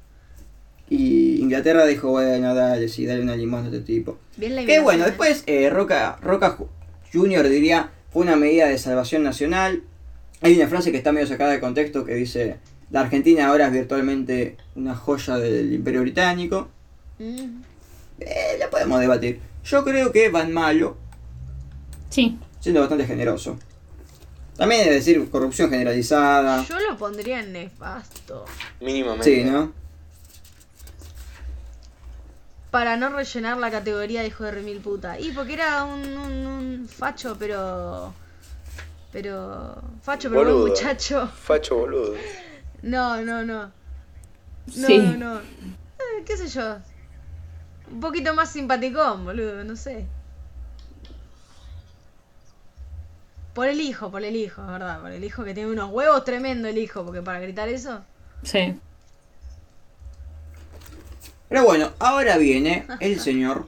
Y Inglaterra dijo, bueno, dale, sí, dale una limón a este tipo. Bien la Que bueno, imitación, ¿eh? después eh, Roca, Roca Ju- junior diría, fue una medida de salvación nacional. Hay una frase que está medio sacada de contexto que dice, la Argentina ahora es virtualmente una joya del Imperio Británico. Mm. Eh, la podemos debatir. Yo creo que van malo, Sí. siendo bastante generoso. También es decir, corrupción generalizada. Yo lo pondría en nefasto. Mínimamente. Sí, ¿no? Para no rellenar la categoría de hijo de remil puta. Y porque era un, un, un facho, pero. Pero. Facho, pero buen Boludo. muchacho. Facho boludo. No, no, no. No, Sí. no, no. Eh, ¿Qué sé yo? Un poquito más simpaticón, boludo, no sé. Por el hijo, por el hijo, es verdad. Por el hijo que tiene unos huevos tremendo el hijo, porque para gritar eso. Sí. Pero bueno, ahora viene el señor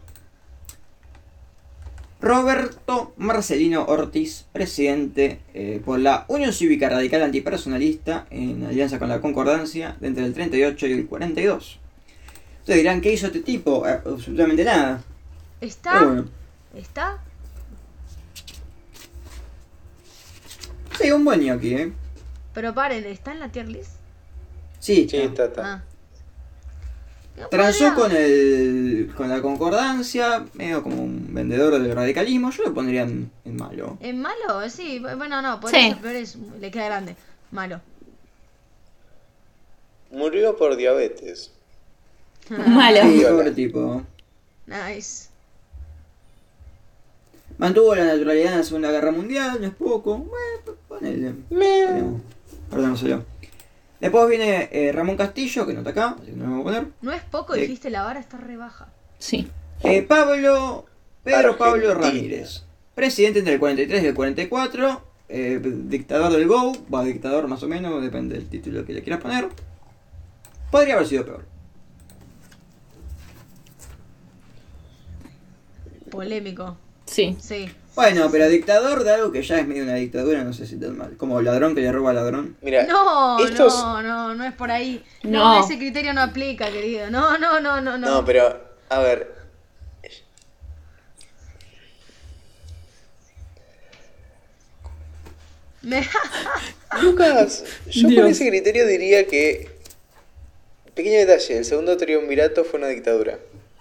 Roberto Marcelino Ortiz, presidente eh, por la Unión Cívica Radical Antipersonalista, en alianza con la Concordancia, de entre el treinta y ocho y el cuarenta y dos. Ustedes dirán, ¿qué hizo este tipo? Eh, absolutamente nada. ¿Está? Pero bueno, ¿Está? sí, un buen ñoqui, ¿eh? Pero paren, ¿está en la tier list? Sí, Sí, está. está, está. Ah. No Transó podría- con el con la Concordancia, medio como un vendedor del radicalismo. Yo lo pondría en, en malo. ¿Es malo? Sí, bueno, no, podría Sí. ser peor, es- le queda grande. Malo. Murió por diabetes. Malo. Sí, Viola. pobre tipo. Nice. Mantuvo la naturalidad en la Segunda Guerra Mundial, no es poco. Bueno, ponele. Ponemos. Perdonámoselo. Después viene eh, Ramón Castillo, que no está acá, así que no lo vamos a poner. No es poco, Eh. dijiste, la vara está re baja. Sí. Eh, Pablo, Pedro Pablo Argentina. Ramírez. Presidente entre el cuarenta y tres y el cuarenta y cuatro. Eh, dictador del G O U, va dictador más o menos, depende del título que le quieras poner. Podría haber sido peor. Polémico. Sí. Sí. Bueno, pero dictador de algo que ya es medio una dictadura, no sé si tan mal. Como ladrón que le roba a ladrón. Mira, No, estos... no, no, no es por ahí. No. No, ese criterio no aplica, querido. No, no, no, no, no. No, pero, a ver. Me- Lucas, yo con Dios. ese criterio diría que. Pequeño detalle, el segundo triunvirato fue una dictadura.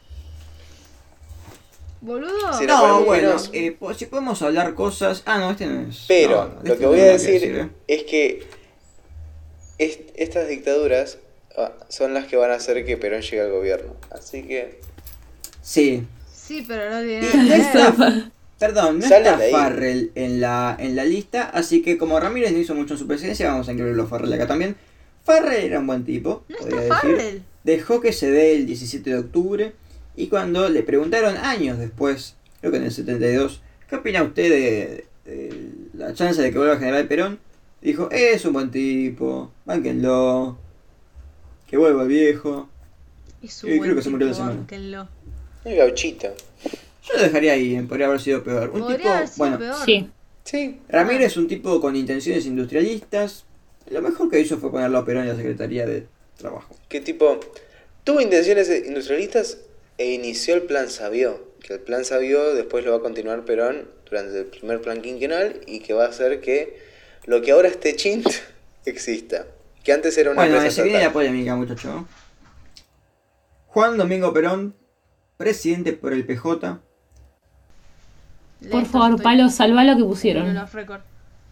Boludo. Sí, Pero No, por lo bueno, menos- eh, po- si podemos hablar cosas... Ah, no, este no es... Pero, no, no, de lo este que no voy a hay nada que decir ¿eh? es que est- estas dictaduras ah, son las que van a hacer que Perón llegue al gobierno. Así que. Sí. Sí, pero no tiene Y nada no que ver. está, perdón, no Salen está de ahí. Farrell en la, en la lista, así que como Ramírez no hizo mucho en su presidencia, vamos a incluirlo a Farrell acá también. Farrell era un buen tipo, No podría está decir. Farrell. Dejó que se dé el diecisiete de octubre y cuando le preguntaron años después, creo que en el setenta y dos, ¿qué opina usted de, de la chance de que vuelva a general Perón? Dijo, es un buen tipo, bánquenlo, que vuelva el viejo. Es Y un creo buen que se murió la tipo, semana. bánquenlo. El gauchito. Yo lo dejaría ahí, eh, podría haber sido peor. Un Podría tipo, haber sido bueno, peor. Sí. Sí. Ramírez es un tipo con intenciones industrialistas. Lo mejor que hizo fue ponerlo a Perón en la Secretaría de trabajo. Que tipo, tuvo intenciones industrialistas e inició el Plan Sabió. Que el Plan Sabió después lo va a continuar Perón durante el primer plan quinquenal y que va a hacer que lo que ahora es Techint exista. Que antes era una Bueno, empresa se viene la estatal. polémica, muchacho. Juan Domingo Perón, presidente por el P J. Por Listo, favor, estoy- Palo, salva lo que Termino pusieron. los récords.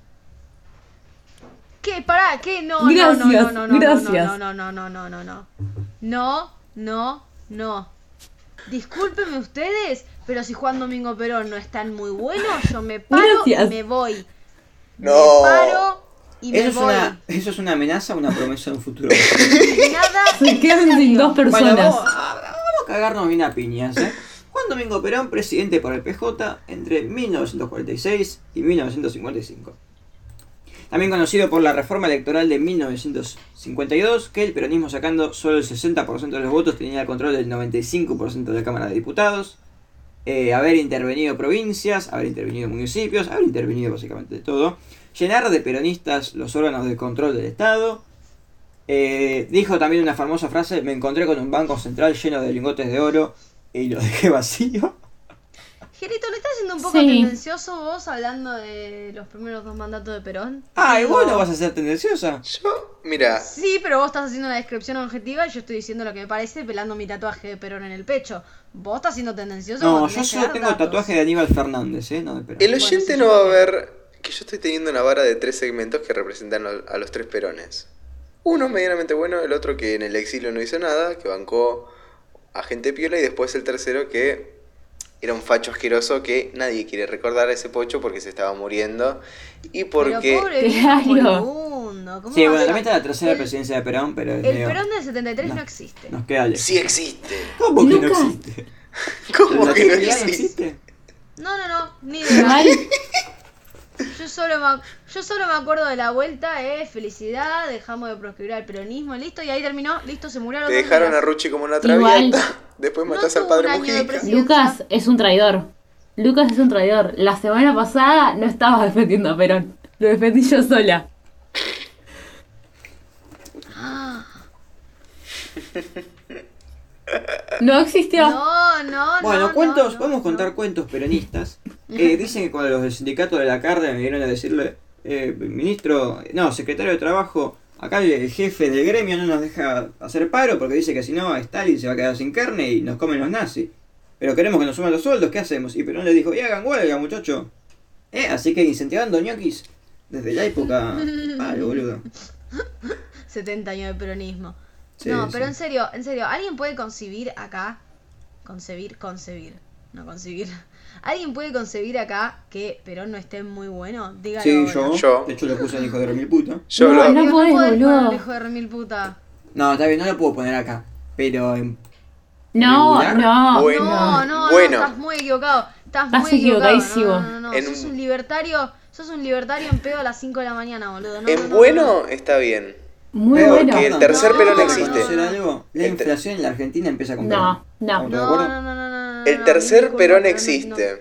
¿Qué? Pará, ¿qué? No, no, no, no, Gracias, no, no, gracias. no, no, no, no, no, no, no. No, no, no. Discúlpenme ustedes, pero si Juan Domingo Perón no es tan muy bueno, yo me paro Gracias. y me voy. No. Me paro y Eso me es, voy. una, eso es una amenaza o una promesa de un futuro. Nada. Se quedan sin dos Bueno, personas. vamos a, vamos a cagarnos bien a piñas, ¿eh? Juan Domingo Perón, presidente por el P J entre mil novecientos cuarenta y seis y mil novecientos cincuenta y cinco. También conocido por la reforma electoral de mil novecientos cincuenta y dos, que el peronismo sacando solo el sesenta por ciento de los votos tenía el control del noventa y cinco por ciento de la Cámara de Diputados. Eh, haber intervenido provincias, haber intervenido municipios, haber intervenido básicamente de todo. Llenar de peronistas los órganos de control del Estado. Eh, dijo también una famosa frase: me encontré con un banco central lleno de lingotes de oro y lo dejé vacío. Gerito, ¿le estás haciendo un poco Sí. tendencioso vos hablando de los primeros dos mandatos de Perón? Ah, ¿y Digo, vos no vas a ser tendenciosa? Yo, mira, Sí, pero vos estás haciendo una descripción objetiva y yo estoy diciendo lo que me parece pelando mi tatuaje de Perón en el pecho. Vos estás siendo tendencioso. No, cuando yo tenés que solo dar tengo datos. tatuaje de Aníbal Fernández, ¿eh? No de Perón. el Bueno, oyente sí, no yo va a también. ver que yo estoy teniendo una vara de tres segmentos que representan a a los tres Perones. Uno medianamente bueno, el otro que en el exilio no hizo nada, que bancó a gente piola, y después el tercero que era un facho asqueroso que nadie quiere recordar a ese pocho porque se estaba muriendo y porque... Pero pobre viejo Claro. moribundo, ¿cómo Sí, vas bueno, a- también está la tercera el- presidencia de Perón, pero es El medio- Perón del setenta y tres no, no. existe. nos queda lejos. Sí existe. ¿Cómo que Nunca. no existe? ¿Cómo ¿La que no triple A no existe? existe? No, no, no, ni idea. Igual, Yo solo, me, yo solo me acuerdo de la vuelta, eh, felicidad, dejamos de proscribir al peronismo, listo, y ahí terminó, listo, se murió a los Te dos dejaron a días. Ruchi como una Igual. traviata. Después No matas al tuvo padre un año de Mujica. presidencia. Lucas es un traidor. Lucas es un traidor. La semana pasada no estaba defendiendo a Perón. Lo defendí yo sola. No existió. No, no, Bueno, no, cuentos, no, no, podemos no. contar cuentos peronistas. Eh, dicen que cuando los del sindicato de la carne me vinieron a decirle, eh, ministro, no, secretario de trabajo, acá el, el jefe del gremio no nos deja hacer paro porque dice que si no Stalin se va a quedar sin carne y nos comen los nazis. Pero queremos que nos suban los sueldos, ¿qué hacemos? Y Perón le dijo, y hagan huelga, muchacho. Eh, así que incentivando ñoquis desde la época... Ay, boludo. setenta años de peronismo. Sí, no, sí. pero en serio, en serio, ¿alguien puede concebir acá? Concebir, concebir, no concebir. ¿Alguien puede concebir acá que Perón no esté muy bueno? Dígalo. Sí, ahora. yo. Yo. De hecho le puse al hijo de remil puta. Yo No, lo... no. Dios, podés, podés boludo. poner hijo de remil puta. No, está bien, no lo puedo poner acá. Pero en No, regular. no. Bueno. No, no, Bueno. no, estás muy equivocado. Estás, Estás muy equivocado. equivocadísimo. No, no, no, no. En Sos un- un libertario, sos un libertario en pedo a las cinco de la mañana, boludo. No, En no, no, no, bueno no. está bien. Muy Peor bueno. que el tercer No, Perón no, existe. ¿Conocer algo? La El te- inflación en la Argentina empieza con No, Perón. no. ¿Estamos todos de No, acuerdo? no, no, no, no, no, El no, tercer disculpa, Perón pero no- existe.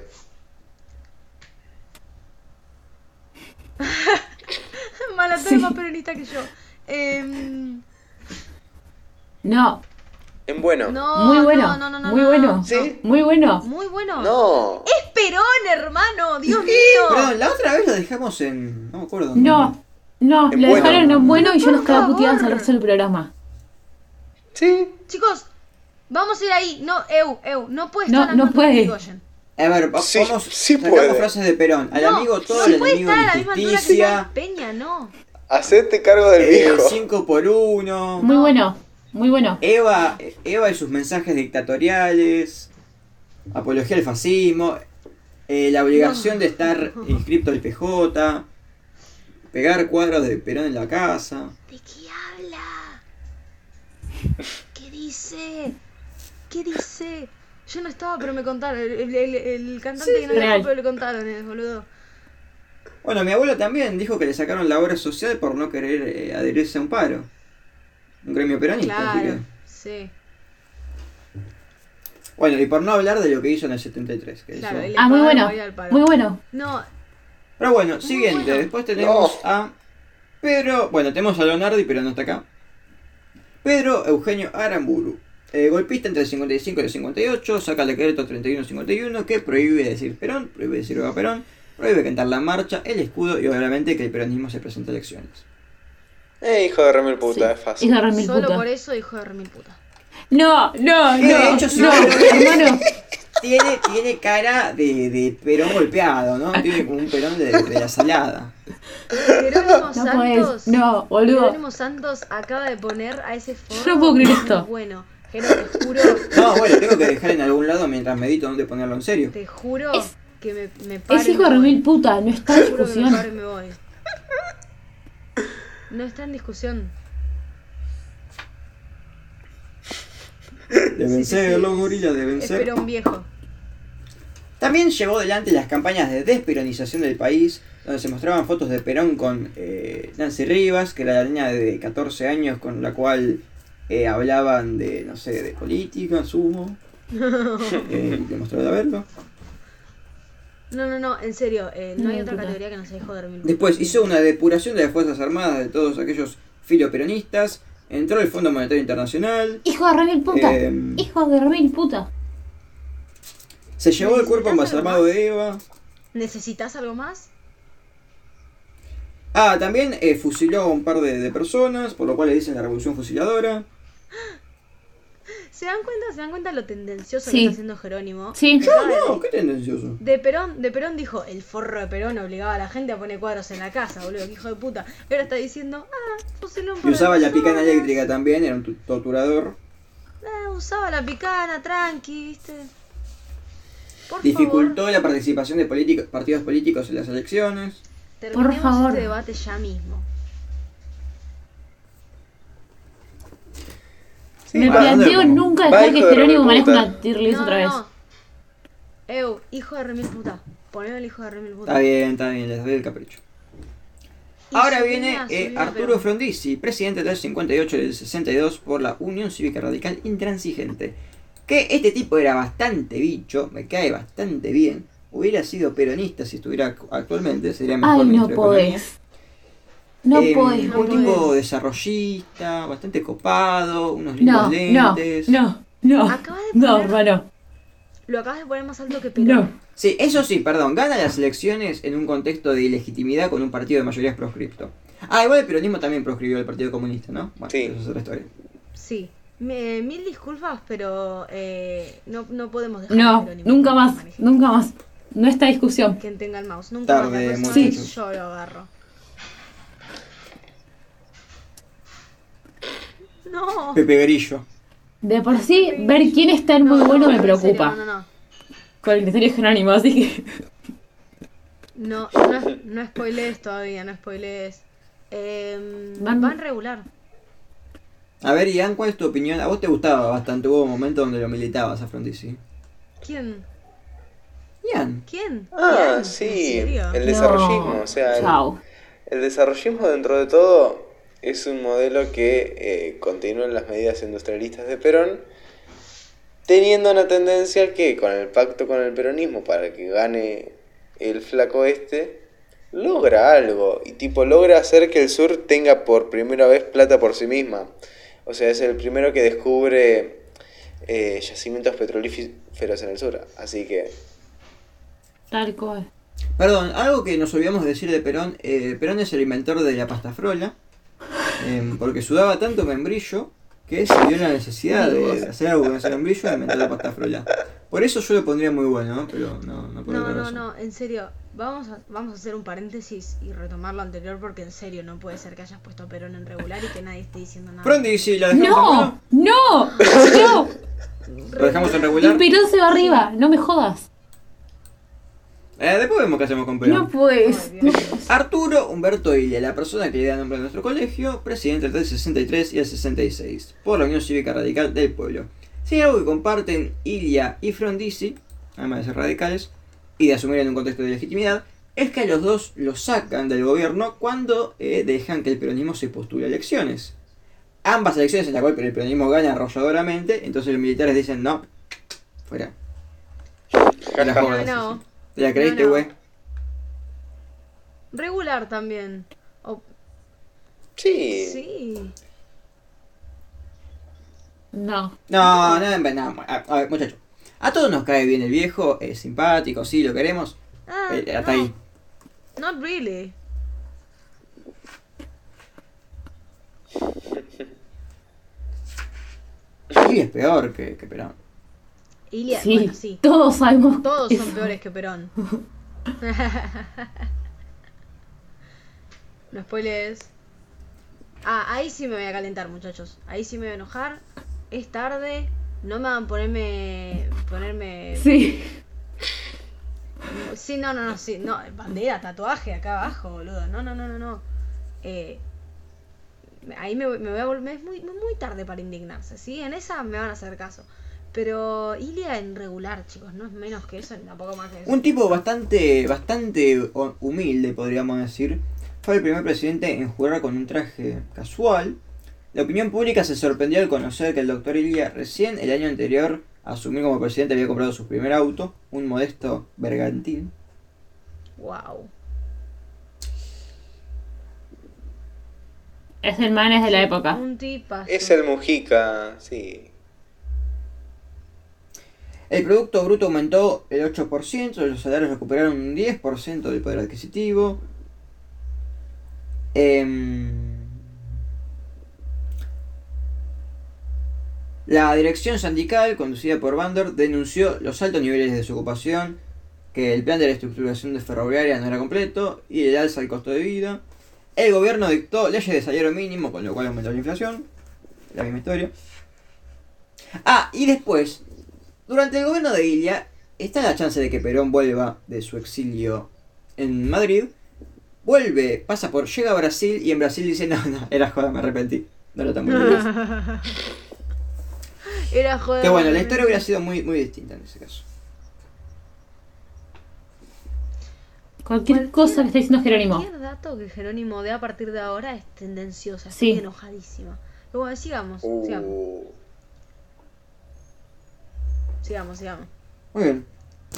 no. Mala, tú Sí. eres más peronista que yo. Em, No. En bueno. no, Muy bueno. no, no, no, no, Muy no, bueno. no. ¿Sí? Muy bueno. Muy bueno. No. Es Perón, hermano, Dios mío. Perdón, la otra vez lo dejamos en... No me acuerdo. dónde. No. No, En lo bueno. dejaron en bueno y yo Por los quedaba favor. puteadas al resto del programa. Sí. Chicos, vamos a ir ahí. No, Eu, Eu, no puede No, estar en no la altura de puede. Irigoyen. A ver, va- Sí, vamos... sí sacamos puede. frases de Perón. Al No, amigo todo, no el puede enemigo estar a la de misma altura que justicia. Juan Peña, no. Hacete cargo del Eh, viejo. cinco por uno. Muy bueno. Muy bueno. Eva, Eva y sus mensajes dictatoriales. Apología al fascismo. eh, la obligación de estar inscripto al P J. Pegar cuadros de Perón en la casa. ¿De qué habla? ¿Qué dice? ¿Qué dice? Yo no estaba, pero me contaron. El, el- el- el cantante que no Real. era, pero le contaron, eh, boludo. Bueno, mi abuelo también dijo que le sacaron la obra social por no querer eh, adherirse a un paro. Un gremio peronista, así que... Claro, sí. Bueno, y por no hablar de lo que hizo en el setenta y tres. Que Claro, hizo- él le Ah, muy pagaron bueno. por ir al paro. Muy bueno. No, Pero bueno, siguiente. bueno. Después tenemos No. a... Pero, bueno, tenemos a Leonardi, pero no está acá. Pedro Eugenio Aramburu, eh, golpista entre el cincuenta y cinco y el cincuenta y ocho, saca el decreto treinta y uno cincuenta y uno que prohíbe decir Perón, prohíbe decir Eva Perón, prohíbe cantar la marcha, el escudo y obviamente que el peronismo se presente a elecciones. Eh, hijo de remil puta, Sí. es fácil. Hijo de remil Solo puta. por eso, hijo de remil puta. No, no, Que no. de hecho, si no, vos lo ves- hermano. Tiene, tiene cara de, de Perón golpeado, ¿no? Tiene como un Perón de, de la salada. Jerónimo No Santos. podés. No, boludo. Jerónimo Santos acaba de poner a ese forro. Yo no puedo creer esto. Bueno, Jero, te juro, No, bueno, tengo que dejar en algún lado mientras medito dónde ponerlo en serio. te juro Es- que me, me paro. Es y hijo me de voy. remil puta, no está en Te juro que me discusión. paro y me voy. No está en discusión. Deben Sí, sí, ser sí. los gorilas, deben Es ser. Perón viejo. También llevó adelante las campañas de desperonización del país, donde se mostraban fotos de Perón con eh, Nancy Rivas, que era la niña de catorce años con la cual eh, hablaban de, no sé, de política, sumo. Eh, demostró de haberlo. No, no, no, en serio, eh, no hay No, otra puta. categoría que no sea hijo de remil puta. Después hizo una depuración de las Fuerzas Armadas de todos aquellos filoperonistas, entró al Fondo Monetario Internacional, Hijo de remil puta. Em. Hijo de remil puta. se llevó el cuerpo ¿Necesitas algo embalsamado más? de Eva. ¿Necesitas algo más? Ah, también eh, fusiló a un par de, de personas, por lo cual le dicen la revolución fusiladora. ¿Se dan cuenta? ¿Se dan cuenta lo tendencioso Sí. que está haciendo Jerónimo? Sí. Yo Acaba de- no, qué tendencioso. De Perón, de Perón dijo, el forro de Perón obligaba a la gente a poner cuadros en la casa, boludo, que hijo de puta. Y ahora está diciendo, ah, fusiló un Y par de usaba la picana personas. eléctrica también, era un tu- torturador. Ah, usaba la picana, tranqui, viste. Por Dificultó favor, la participación de políticos, partidos políticos en las elecciones. terminemos favor. este debate ya mismo. Sí, Me va, planteo ¿dónde? nunca Va, dejar hijo que de Jerónimo remil maneje puta. una tier list No, otra vez. no. Eu, hijo de remil puta. Poneme el hijo de remil puta. Está bien, está bien, les doy el capricho. Y Ahora su viene línea, su eh, línea, Arturo pero- Frondizi, presidente del cincuenta y ocho y del sesenta y dos por la Unión Cívica Radical Intransigente. Que este tipo era bastante bicho, me cae bastante bien. Hubiera sido peronista si estuviera ac- actualmente, sería mejor Ay, no ministro de Economía. podés. No Eh, podés, un no tipo boludo. desarrollista, bastante copado, unos lindos No, no, lentes. no, no. Acaba de No, poner- hermano. Lo acabas de poner más alto que Perón. No. Sí, eso sí, perdón, gana las elecciones en un contexto de ilegitimidad con un partido de mayoría proscripto. Ah, igual el peronismo también proscribió al Partido Comunista, ¿no? Bueno, Sí. eso es otra historia. Sí. Me- mil disculpas, pero eh, no, no podemos dejar a No, Jerónimo nunca que más, maneje. nunca más. No está discusión. Quien tenga el mouse. Nunca Tarde, más. La próxima muchachos. vez yo lo agarro. No. Pepe Grillo. De por sí, ver quién está en muy No, bueno no, me en serio, preocupa. No, no, no. Con el criterio Jerónimo, así que. No, no, no spoilees todavía, no spoilees. Eh, Van- van... regular. A ver, Ian, ¿cuál es tu opinión? A vos te gustaba bastante, hubo un momento donde lo militabas a Frondizi. ¿Quién? Ian. ¿Quién? Ah, ¿Quién? ¿En sí, serio? el No. desarrollismo, o sea, el, Chao. el desarrollismo dentro de todo es un modelo que eh, continúa en las medidas industrialistas de Perón, teniendo una tendencia que con el pacto con el peronismo para que gane el flaco este, logra algo, y tipo logra hacer que el sur tenga por primera vez plata por sí misma. O sea, es el primero que descubre eh, yacimientos petrolíferos en el sur, así que... Tal cual. Perdón, algo que nos olvidamos de decir de Perón. eh, Perón es el inventor de la pasta frola. eh, porque sudaba tanto membrillo que se vio la necesidad de hacer algo con ese membrillo y inventar la pasta frola. Por eso yo lo pondría muy bueno, ¿no? Pero no, no por No, otra no, razón. no, en serio. Vamos a, vamos a hacer un paréntesis y retomar lo anterior porque en serio no puede ser que hayas puesto a Perón en regular y que nadie esté diciendo nada. Frondizi, ¿la dejamos en ¡No! bueno? ¡No! ¡No! ¿Lo dejamos en Y regular? Perón se va arriba, no me jodas. Eh, después vemos qué hacemos con Perón. No puedes. Ay, Dios. Arturo Humberto Ilia, la persona que le da nombre a nuestro colegio, presidente del sesenta y tres y el sesenta y seis, por la Unión Cívica Radical del Pueblo. Si hay algo que comparten Ilia y Frondizi, además de ser radicales, y de asumir en un contexto de legitimidad, es que a los dos los sacan del gobierno cuando eh, dejan que el peronismo se postule a elecciones. Ambas elecciones en las cuales el peronismo gana arrolladoramente, entonces los militares dicen no, fuera. Te la Jaja. jodas, No, no. sí. ¿Te la creíste, No, no. güey? Regular también. O- Sí. sí. No. No, no, no, no, a, a ver, muchachos. A todos nos cae bien el viejo, es simpático, sí, lo queremos. Ah, Eh, hasta no. ahí. Not really. Y es peor que, que Perón. Ilia, Sí, bueno, sí. todos sabemos. Todos son eso. peores que Perón. No spoilers. Ah, ahí sí me voy a calentar, muchachos. Ahí sí me voy a enojar. Es tarde. No me van a ponerme. Ponerme. Sí. Sí, no, no, no, sí. No, bandera, tatuaje acá abajo, boludo. No, no, no, no, no. Eh, ahí me, voy- me voy a volver. Es muy, muy tarde para indignarse, ¿sí? En esa me van a hacer caso. Pero Ilia en regular, chicos. No es menos que eso, ni tampoco más que eso. Un tipo bastante, bastante hu- humilde, podríamos decir. Fue el primer presidente en jurar con un traje casual. La opinión pública se sorprendió al conocer que el doctor Ilia recién el año anterior a asumir como presidente había comprado su primer auto, un modesto bergantín. Wow. Es el manes de la época. Un tipazo. Es el Mujica, sí. El Producto Bruto aumentó el ocho por ciento, los salarios recuperaron un diez por ciento del poder adquisitivo. Em, La dirección sindical, conducida por Bandor, denunció los altos niveles de desocupación, que el plan de reestructuración de ferroviaria no era completo y el alza del costo de vida. El gobierno dictó leyes de salario mínimo, con lo cual aumentó la inflación. La misma historia. Ah, y después, durante el gobierno de Ilia, está la chance de que Perón vuelva de su exilio en Madrid. Vuelve, pasa por, llega a Brasil y en Brasil dice, no, no, era joda, me arrepentí. No era tan bueno. Era joder. Que bueno, la historia hubiera sido muy, muy distinta en ese caso. Cualquier cosa que esté diciendo Jerónimo. Cualquier dato que Jerónimo dé a partir de ahora es tendenciosa. Sí. Estoy enojadísima. Pero bueno, sigamos. Sigamos, Uh, sigamos, sigamos. Muy bien.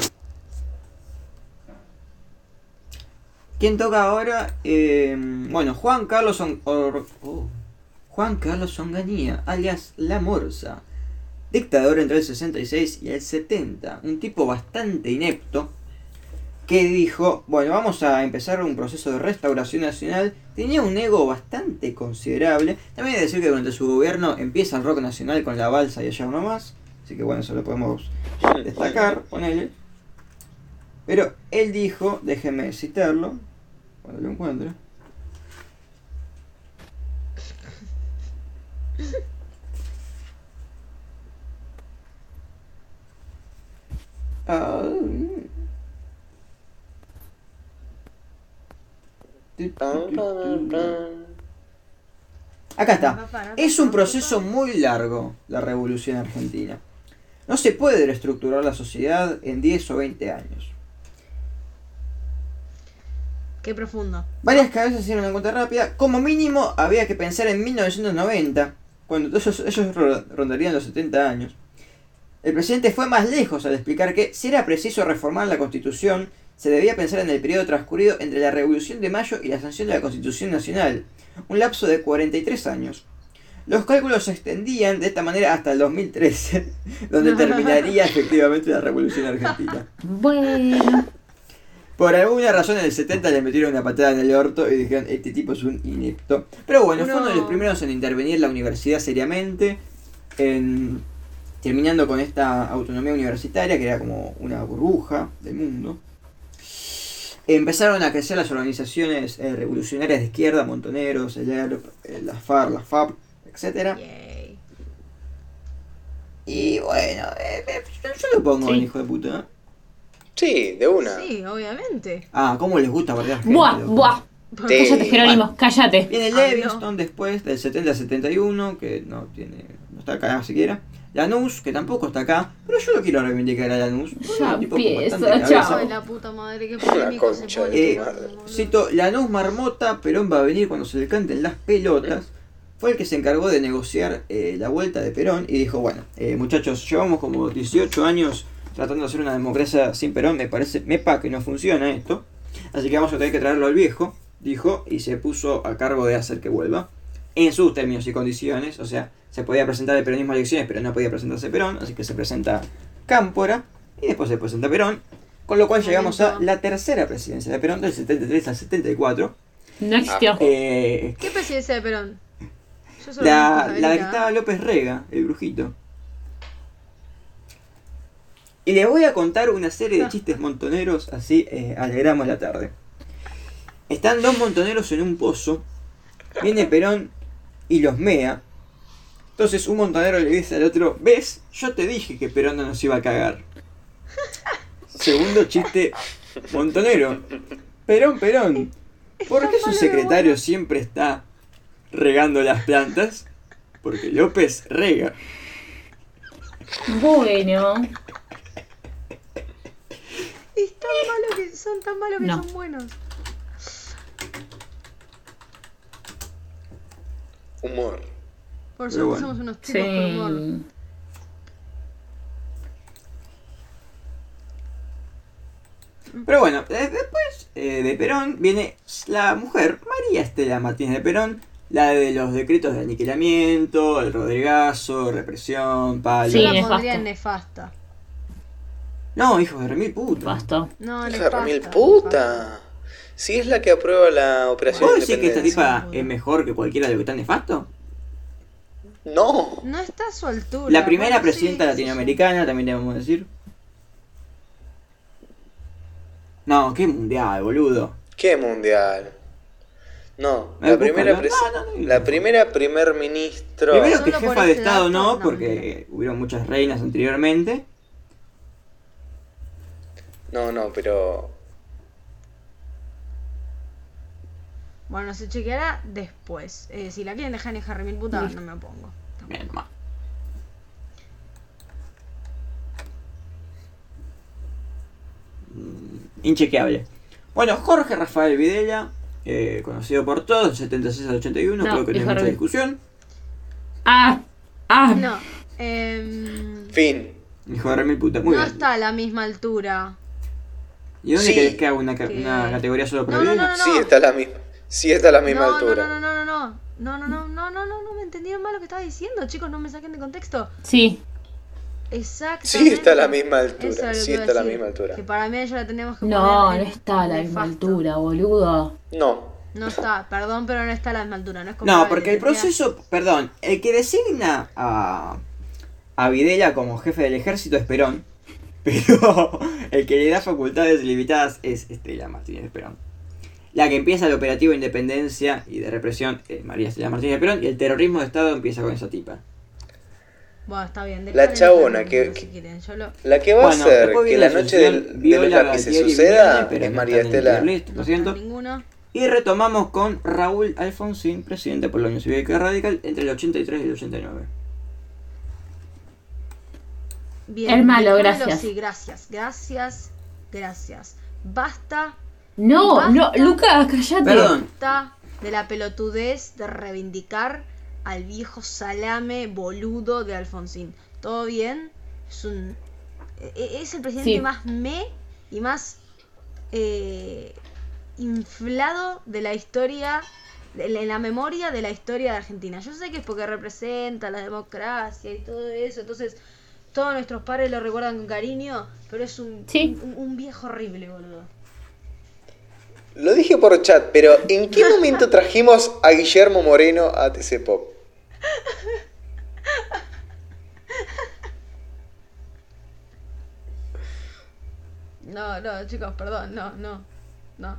¿Quién toca ahora? Eh, bueno, Juan Carlos On- Or- oh. Juan Carlos Onganía, alias La Morsa. Dictador entre el sesenta y seis y el setenta. Un tipo bastante inepto que dijo, bueno, vamos a empezar un proceso de restauración nacional. Tenía un ego bastante considerable. También hay que decir que durante su gobierno empieza el rock nacional con la balsa y allá uno más. Así que bueno, eso lo podemos destacar, ponele. Pero él dijo, déjenme citarlo, cuando lo encuentre. Ah, acá está. Es un proceso muy largo, la revolución argentina. No se puede reestructurar la sociedad en diez o veinte años. Qué profundo. Varias cabezas hicieron una cuenta rápida. Como mínimo había que pensar en mil novecientos noventa, cuando ellos, ellos ro- rondarían los setenta años. El presidente fue más lejos al explicar que, si era preciso reformar la Constitución, se debía pensar en el periodo transcurrido entre la Revolución de Mayo y la sanción de la Constitución Nacional, un lapso de cuarenta y tres años. Los cálculos se extendían de esta manera hasta el dos mil trece, donde terminaría efectivamente la Revolución Argentina. Bueno. Por alguna razón en el setenta le metieron una patada en el orto y dijeron, este tipo es un inepto. Pero bueno, fue Uno- uno de los primeros en intervenir la universidad seriamente, en, terminando con esta autonomía universitaria que era como una burbuja del mundo. Empezaron a crecer las organizaciones eh, revolucionarias de izquierda, Montoneros, el E R P, eh, la FARC, la FAP, etcétera. Yay. Y bueno, eh, eh, yo, yo lo pongo Sí. en hijo de puta. sí, de una. Sí, obviamente. Ah, cómo les gusta bardear gente. Buah, loco. buah. Sí. Cállate, Jerónimo, cállate. Viene Habló. Levingston después del setenta al setenta y uno, que no tiene, no está acá siquiera. Lanús, que tampoco está acá, pero yo lo quiero reivindicar a Lanús. Ya Un tipo con empieza, bastante chao. cabeza. Ay, la puta madre, qué polémico se concha pone. de Eh, tu madre. boludo. Cito, Lanús Marmota, Perón va a venir cuando se le canten las pelotas. Fue el que se encargó de negociar eh, la vuelta de Perón y dijo, bueno, eh, muchachos, llevamos como dieciocho años tratando de hacer una democracia sin Perón, me parece, mepa que no funciona esto. Así que vamos a tener que traerlo al viejo, dijo, y se puso a cargo de hacer que vuelva. en sus términos y condiciones. O sea, se podía presentar el peronismo a elecciones, pero no podía presentarse Perón, así que se presenta Cámpora y después se presenta Perón. Con lo cual llegamos a la tercera presidencia de Perón, del setenta y tres al setenta y cuatro. No existió. Eh, ¿Qué presidencia de Perón? Yo solo la, conozco la Gabriela. que estaba López Rega, el brujito. Y les voy a contar una serie de chistes montoneros, así eh, alegramos la tarde. Están dos montoneros en un pozo, viene Perón y los mea. Entonces un montonero le dice al otro, ¿ves? Yo te dije que Perón no nos iba a cagar. Segundo chiste montonero. Perón, Perón, ¿por qué su secretario siempre está regando las plantas? Porque López rega. Bueno. Es tan malo que son tan malos que No. son buenos. Humor. Por Pero suerte bueno. somos unos tipos con humor. Sí. Pero bueno, eh, después eh, de Perón viene la mujer, María Estela Martínez de Perón, la de los decretos de aniquilamiento, el Rodrigazo, represión, palo. Sí, Yo la nefasto. pondría en nefasta. No, hijos de remil puta. Basta. No, Hija de nefasta. remil nefasta. puta. Si es la que aprueba la operación ¿Vos decís que esta Independencia. tipa es mejor que cualquiera de los que están nefasto? No. No está a su altura. La primera Bueno, presidenta sí, latinoamericana, también debemos decir. No, qué mundial, boludo. ¿Qué mundial? No, Eh, la primera, búscalo. presi- No, no, no. la primera primer ministro. Primero que Solo por jefa de ese estado dato, no, no, porque hubieron muchas reinas anteriormente. No, no, pero Bueno, se chequeará después. Eh, si la quieren dejar en Harry Mil puta, Sí. no me opongo. Bien, nomás. Mm, Inchequeable. Bueno, Jorge Rafael Videla, eh, conocido por todos, setenta y seis al ochenta y uno, No, creo que no hay hijo mucha de- discusión. Ah, ah. No. em, fin. Hijo de remil puta, muy no bien. está a la misma altura. ¿Y dónde Sí. querés que haga una, ca- Que- una categoría solo para No, no, Videla? no, no. Sí está a la misma. Sí está a la misma no, altura. No, no, no, no, no. No, no, no, no, no, no, no me entendieron mal lo que estaba diciendo, chicos, no me saquen de contexto. Sí. Exactamente. Sí está a la misma Eso altura. es lo Sí que iba está a la decir, misma altura. Que para mí ella la tenemos que No, poner no en está a la misma nefasto. altura, boludo. No. No está, perdón, pero no está a la misma altura. No, es No, comparable, porque el tendría- proceso, perdón, el que designa a, a Videla como jefe del ejército es Perón, pero el que le da facultades limitadas es Estela Martínez de Perón. La que empieza el operativo de independencia y de represión es María Estela Martínez de Perón, y el terrorismo de Estado empieza con esa tipa. Bueno, está bien. La dejale chabona el que- número si quieren, yo lo- La que va Bueno, a hacer después que viene la la noche del, asociación de los Viola, lápices Galtieri y suceda Viviani, pero es no María están en el Estela. tier list, lo No siento. está ninguno. Y retomamos con Raúl Alfonsín, presidente por la Unión Cívica Radical, entre el ochenta y tres y el ochenta y nueve. Bien, El malo, déjamelo gracias. así, gracias, gracias, gracias. Basta, No, Basta. no, Lucas, cállate. Perdón. basta de la pelotudez de reivindicar al viejo salame boludo de Alfonsín. ¿Todo bien? Es un e- es el presidente Sí. más me y más eh, inflado de la historia, de la- en la memoria de la historia de Argentina. Yo sé que es porque representa la democracia y todo eso, entonces todos nuestros padres lo recuerdan con cariño, pero es un, Sí. un, un viejo horrible, boludo. Lo dije por chat, pero ¿en qué momento trajimos a Guillermo Moreno a T C Pop? No, no, chicos, perdón, no, no, no.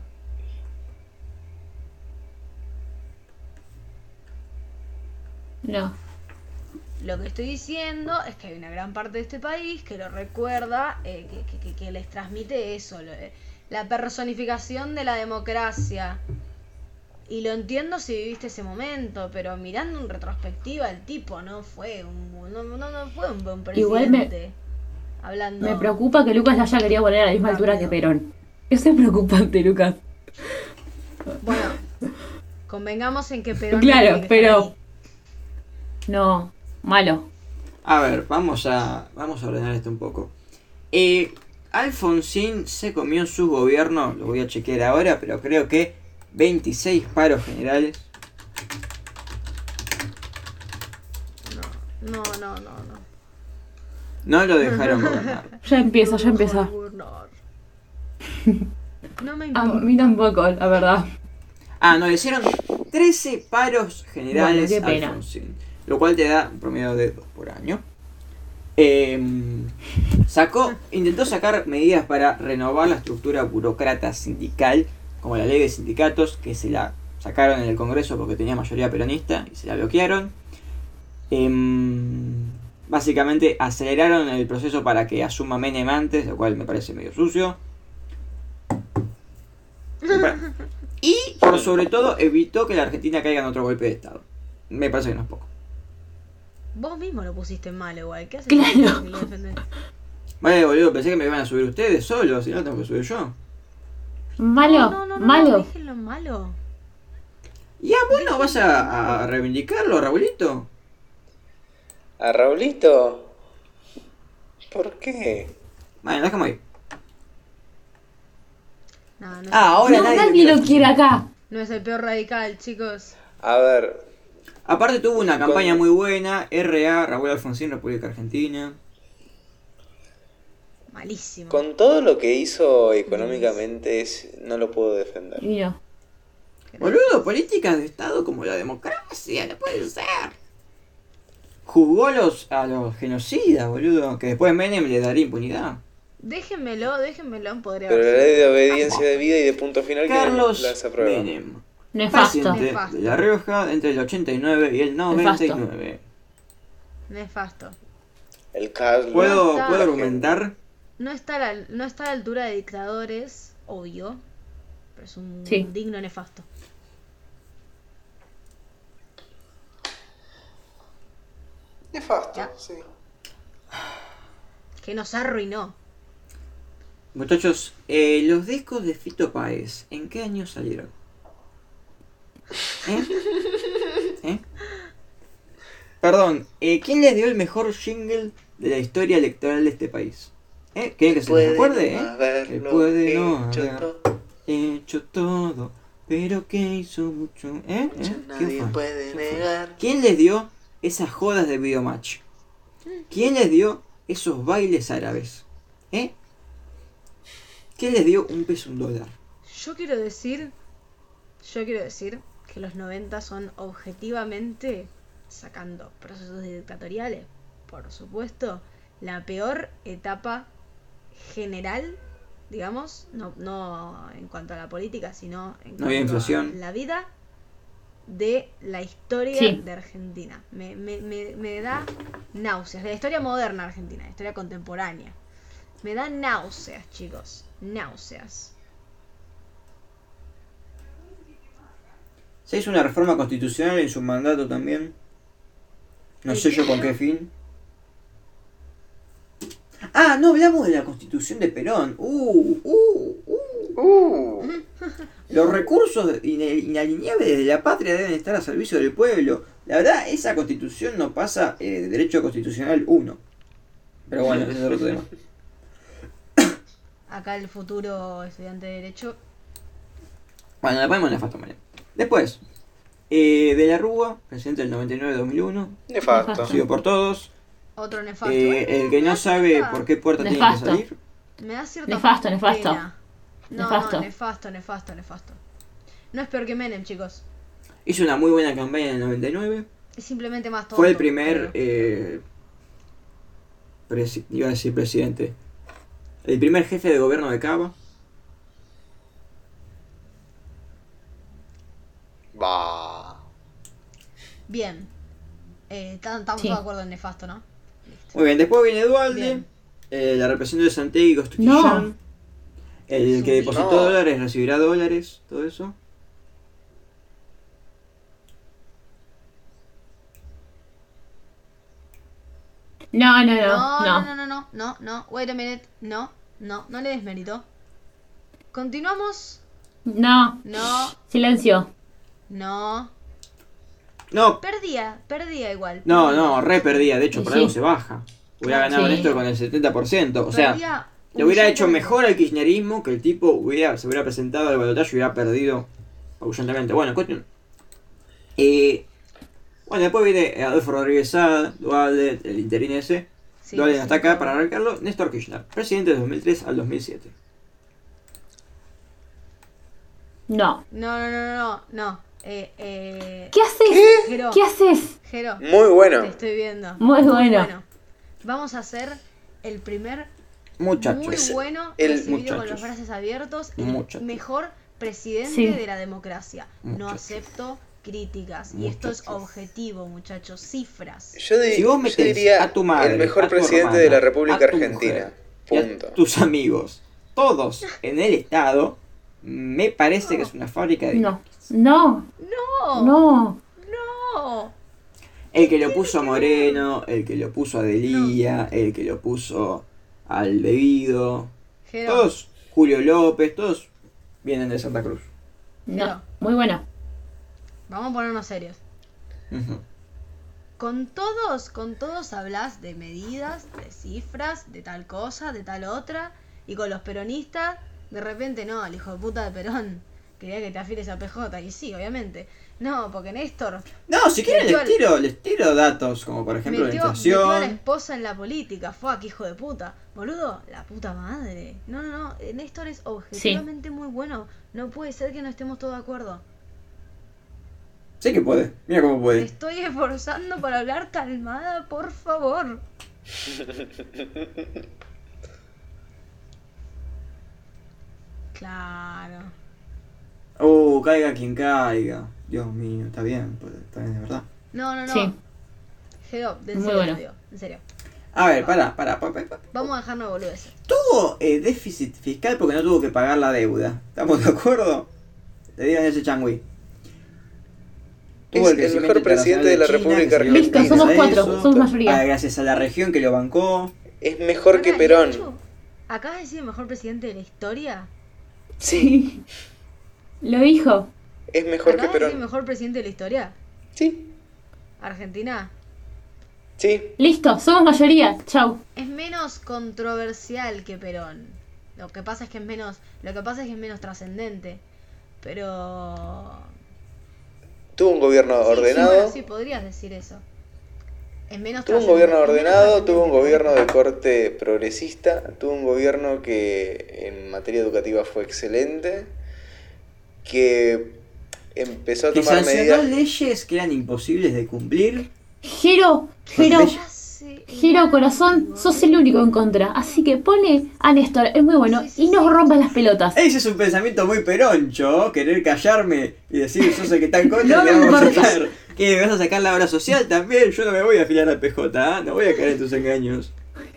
No. Lo que estoy diciendo es que hay una gran parte de este país que lo recuerda, eh, que, que- que- que les transmite eso, lo- eh, la personificación de la democracia. Y lo entiendo si viviste ese momento, pero mirando en retrospectiva el tipo no fue un bu- no, no, no fue un buen Igual me- presidente. Hablando. Me preocupa que Lucas la haya querido poner a la misma altura que Perón. Eso es preocupante, Lucas. Bueno, convengamos en que Perón Claro, tiene que estar pero- ahí. No, malo. A ver, vamos a, vamos a ordenar esto un poco. Eh, Alfonsín se comió en su gobierno, lo voy a chequear ahora, pero creo que veintiséis paros generales. No, no, no, no. No lo dejaron gobernar. Ya empieza, ya empieza. Gobernar. No me A importa. mí tampoco, la verdad. Ah, no, le hicieron trece paros generales Bueno, qué a pena. Alfonsín, lo cual te da un promedio de dos por año. Eh, sacó, intentó sacar medidas para renovar la estructura burócrata sindical, como la ley de sindicatos, que se la sacaron en el Congreso porque tenía mayoría peronista y se la bloquearon. Eh, básicamente aceleraron el proceso para que asuma Menem antes, lo cual me parece medio sucio. Y por sobre todo evitó que la Argentina caiga en otro golpe de estado. Me parece que no es poco. Vos mismo lo pusiste mal igual. ¿Qué haces? Claro. que lo defendés? Vale, boludo, pensé que me iban a subir ustedes solos, si no tengo que subir yo. Malo, No, no, no, no, malo. déjenlo malo. Ya, bueno, ¿vas a, a reivindicarlo, Raulito? ¿A Raulito? ¿Por qué? Bueno, déjame ahí. No, no, es, Ah, ahora No, nadie, nadie lo quiere acá. no es el peor radical, chicos. A ver, Aparte tuvo una Con- campaña muy buena, R A, Raúl Alfonsín, República Argentina. Malísimo. con todo lo que hizo económicamente, es- no lo puedo defender. Y no. Boludo, políticas de Estado como la democracia, no puede ser. Juzgó a los, a los genocidas, boludo, que después Menem le daría impunidad. Déjenmelo, déjenmelo en poder Pero la ley de obediencia de vida y de punto final que Carlos las aprueba. Menem, Nefasto. presidente Nefasto. de La Rioja entre el ochenta y nueve y el noventa y nueve. Nefasto. El Carlos. ¿Puedo, está. ¿Puedo argumentar? No está, a la, no está a la altura de dictadores, obvio. Pero es un Sí. digno nefasto. Nefasto, Ya. sí. Que nos arruinó. Muchachos, eh, los discos de Fito Páez, ¿en qué año salieron? ¿Eh? ¿Eh? Perdón, eh, ¿quién les dio el mejor jingle de la historia electoral de este país? ¿Eh? ¿Quieren que se les recuerde? no ¿Eh? haberlo Que puede no hecho haber todo. hecho todo, pero que hizo mucho. ¿Eh? ¿Eh? ¿Quién Nadie fue? puede ¿Quién fue? negar. ¿Quién les dio esas jodas de videomatch? ¿Quién les dio esos bailes árabes? ¿Eh? ¿Quién les dio un peso un dólar? Yo quiero decir. Yo quiero decir que los noventa son objetivamente, sacando procesos dictatoriales, por supuesto, la peor etapa general, digamos, no, no en cuanto a la política, sino en No había cuanto inflación. a la vida de la historia Sí. de Argentina. Me, me, me, me da náuseas. De la historia moderna argentina, la historia contemporánea. Me da náuseas, chicos. Náuseas. Se hizo una reforma constitucional en su mandato también. No sé yo con qué fin. Ah, no hablamos de la constitución de Perón. Uh, uh, uh. Uh, Los recursos ine- inalineables de la patria deben estar a servicio del pueblo. La verdad, esa constitución no pasa eh, de Derecho Constitucional uno. Pero bueno, ese es otro tema. Acá el futuro estudiante de Derecho. Bueno, la ponemos en la foto, Después, eh, de la Rúa, presidente del noventa y nueve a dos mil uno. nefasto. Conocido por todos. Otro nefasto. Eh, Ay, el que me no da sabe cierta- por qué puerta tiene que Nefasto. salir. Me da cierta Nefasto, nefasto. pena. No, Nefasto. no, nefasto, nefasto, nefasto. No es peor que Menem, chicos. Hizo una muy buena campaña en el noventa y nueve. Es simplemente más tonto. Fue el primer, creo. eh, presi- iba a decir presidente, el primer jefe de gobierno de Cava. Bah. Bien. Eh, tam- estamos Sí. todos de acuerdo en nefasto, ¿no? Muy bien, después viene Dualde, Bien. eh, la represión de Santegui y Costillán. No. El que depositó No. dólares recibirá dólares, todo eso. No, no, No, no, no, no. no, no, no, no, no. Wait a minute. No, no, no le des mérito. Continuamos. No. No, Silencio. no. No, Perdía, perdía igual. no, no, re perdía, de hecho por Sí. algo se baja. Hubiera ganado Sí. Néstor con el setenta por ciento, o sea, Perdía le hubiera hecho humillantemente. mejor al kirchnerismo que el tipo hubiera, se hubiera presentado al balotaje y hubiera perdido apabullantamente. Bueno, cuestión. Eh, Bueno, después viene Adolfo Rodríguez Saad, Duhalde, el interino ese. Sí, Duhalde sí, no está acá sí. para arrancarlo. Néstor Kirchner, presidente de dos mil tres al dos mil siete. No. No, no, no, no, no. Eh, eh... ¿Qué haces? Jero, ¿Qué haces? Jero, Muy bueno. te estoy viendo. Muy bueno. Vamos a hacer el primer Muchachos. muy Es bueno, el- recibido con Muchachos. los brazos abiertos, el Muchachos. mejor presidente Sí. de la democracia. No Muchachos. acepto críticas. Y esto es Muchachos. objetivo, muchachos. Cifras. Yo, di- Si vos yo metés diría a tu madre, el mejor a tu presidente hermana, de la República a tu Argentina. mujer y a Punto. tus amigos, todos en el estado, me parece que es una fábrica de... No. No. ¡No! No. ¡No! El que lo puso a Moreno, el que lo puso a Delía, el que lo puso al Debido, Jero, todos, Julio López, todos vienen de Santa Cruz. No. Muy bueno. vamos a ponernos serios. Ujú. Con todos, con todos hablas de medidas, de cifras, de tal cosa, de tal otra. Y con los peronistas, de repente no, el hijo de puta de Perón quería que te afines a P J. Y sí, obviamente. No, porque Néstor No, si quieren Metió les al- tiro, les tiro datos, como por ejemplo metió, la metió a la inflación. esposa en la política. Fuck, hijo de puta. Boludo, la puta madre. No, no, no. eh, Néstor es objetivamente muy bueno. No puede ser que no estemos todos de acuerdo. Sí que puede, mira cómo Me puede. estoy esforzando para hablar calmada, por favor. Claro. Uh, caiga quien caiga. Dios mío, está bien, pues, está bien de verdad. No, no, no. Sí. Jero, de Muy serio, bueno. te digo, en serio. A ver, pará, pará, pará, pará. Vamos a dejarnos de boludeces. Tuvo eh, déficit fiscal porque no tuvo que pagar la deuda. ¿Estamos de acuerdo? Le digan ese changüí. Es Tuvo el crecimiento mejor presidente de la internacional República que se dio Listo, gracias somos a cuatro, eso, somos mayoría. ah, gracias a la región que lo bancó. Es mejor que Pará, Perón. Nacho, ¿acabas de decir el mejor presidente de la historia? Sí. Lo dijo. Es mejor que ¿Acabas de decir el Perón. mejor presidente de la historia? Sí, Argentina. sí. Listo, somos mayoría. Chau. Es menos controversial que Perón. Lo que pasa es que es menos, lo que pasa es que es menos trascendente. Pero Tuvo un gobierno sí, sí, ordenado. bueno, sí, podrías decir eso. Es menos Tuvo un gobierno trascendente, es menos ordenado, tuvo un trascendente, gobierno de pero- corte progresista, tuvo un gobierno que en materia educativa fue excelente, que empezó a Que tomar sancionó medidas. leyes que eran imposibles de cumplir. Jero, Jero, Bella. Ya sé, Jero, igual, corazón, digo, sos el único en contra. Así que pone a Néstor, es muy bueno. Sí, sí, Y no sí. rompas las pelotas. Ese es un pensamiento muy peroncho, querer callarme y decir sos el que está en contra, No te me vamos a importa. sacar. ¿Qué? ¿Me vas a sacar la obra social también? Yo no me voy a afilar al P J, ¿ah? No voy a caer en tus engaños.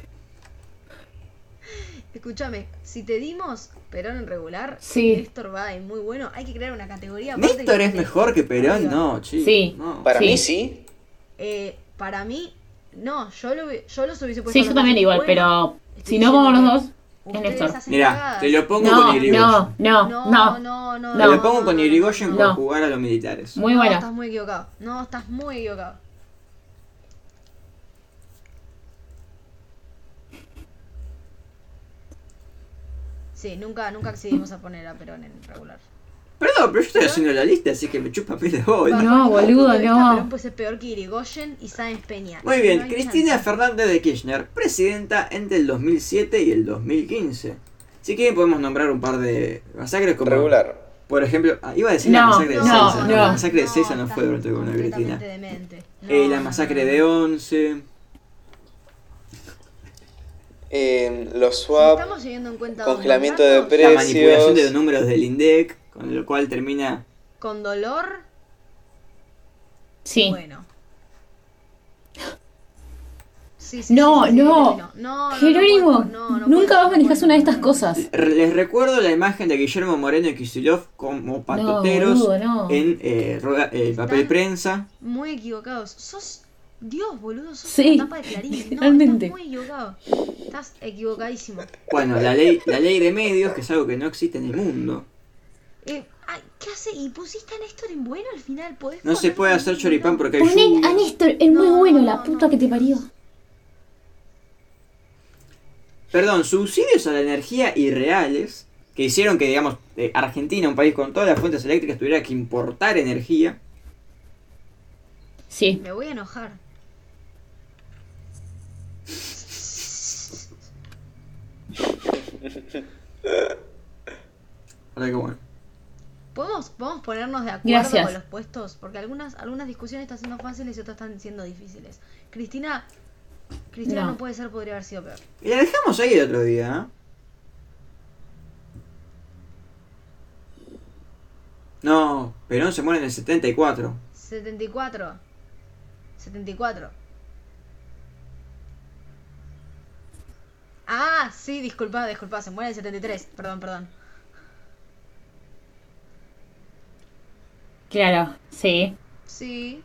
Escúchame, si te dimos Perón en regular, Sí. Néstor va en muy bueno. Hay que crear una categoría. aparte ¿Néstor que es esté mejor que Perón? arriba. No, chico. Sí. No. Para Sí. mí sí. Eh, para mí, no, yo, lo, hubi- yo los hubiese puesto. Sí, a yo los también dos. igual, Bueno, pero estoy si no vamos los diciendo dos, que es ustedes Néstor. hacen Mirá, cagadas. te lo pongo No, con Irigoyen. no, no, No, no. no, no. Te No. lo pongo con Irigoyen por No. jugar a los militares. Muy no, bueno. estás muy equivocado. No, estás muy equivocado. Sí, nunca, nunca accedimos a poner a Perón en regular. Perdón, pero yo estoy haciendo la lista, así que me chupa pie de bola. Bajo No, ningún boludo, punto de vista, no. Perón puede ser peor que Irigoyen y Sáenz Peña. Muy No bien, hay Cristina chance. Fernández de Kirchner, presidenta entre el dos mil siete y el dos mil quince. Si quieren podemos nombrar un par de masacres como... Regular. Por ejemplo, ah, iba a decir la No, masacre de no, Seiza, no, no. la masacre de Seiza no estás fue durante el gobierno de Cristina. completamente demente. No, Eh, la no, masacre no, de no. Once. Eh, los Si swap, estamos teniendo en cuenta congelamiento dos de datos, pre- La manipulación de Precios. los números del INDEC, con lo cual termina... con dolor, Sí. bueno. Sí, sí, No, sí, sí, sí, no. terminó. No, no, Jerónimo, no puedo, no, no nunca puedo, más no manejas puedo, una de no estas puedo. cosas. R- Les recuerdo la imagen de Guillermo Moreno y Kicillof como patoteros boludo, no. en eh, roda- eh, papel Están- prensa. Muy equivocados. Sos Dios, boludo. Sos Sí, una tapa de Clarín. No, literalmente. estás muy equivocado. Estás equivocadísimo. Bueno, la ley, la ley de medios, que es algo que no existe en el mundo. Eh, ay, ¿qué hace? ¿Y pusiste a Néstor en bueno al final? ¿Podés No se ponerlo puede en hacer bueno? choripán porque hay Poné a lluvia. Néstor, es muy No, bueno, no, la no, puta no. que te parió. Perdón, subsidios a la energía irreales que hicieron que, digamos, eh, Argentina, un país con todas las fuentes eléctricas, tuviera que importar energía. Sí. Me voy a enojar. Ahora que bueno. ¿Podemos, ¿Podemos ponernos de acuerdo Gracias. con los puestos? Porque algunas, algunas discusiones están siendo fáciles y otras están siendo difíciles. Cristina, Cristina no, No. puede ser, podría haber sido peor. Y la dejamos ahí el otro día, ¿eh? No, Perón se muere en el setenta y cuatro. setenta y cuatro. setenta y cuatro. Ah, sí, disculpa, disculpa, se muere en el setenta y tres. Perdón, perdón. Claro, sí. Sí.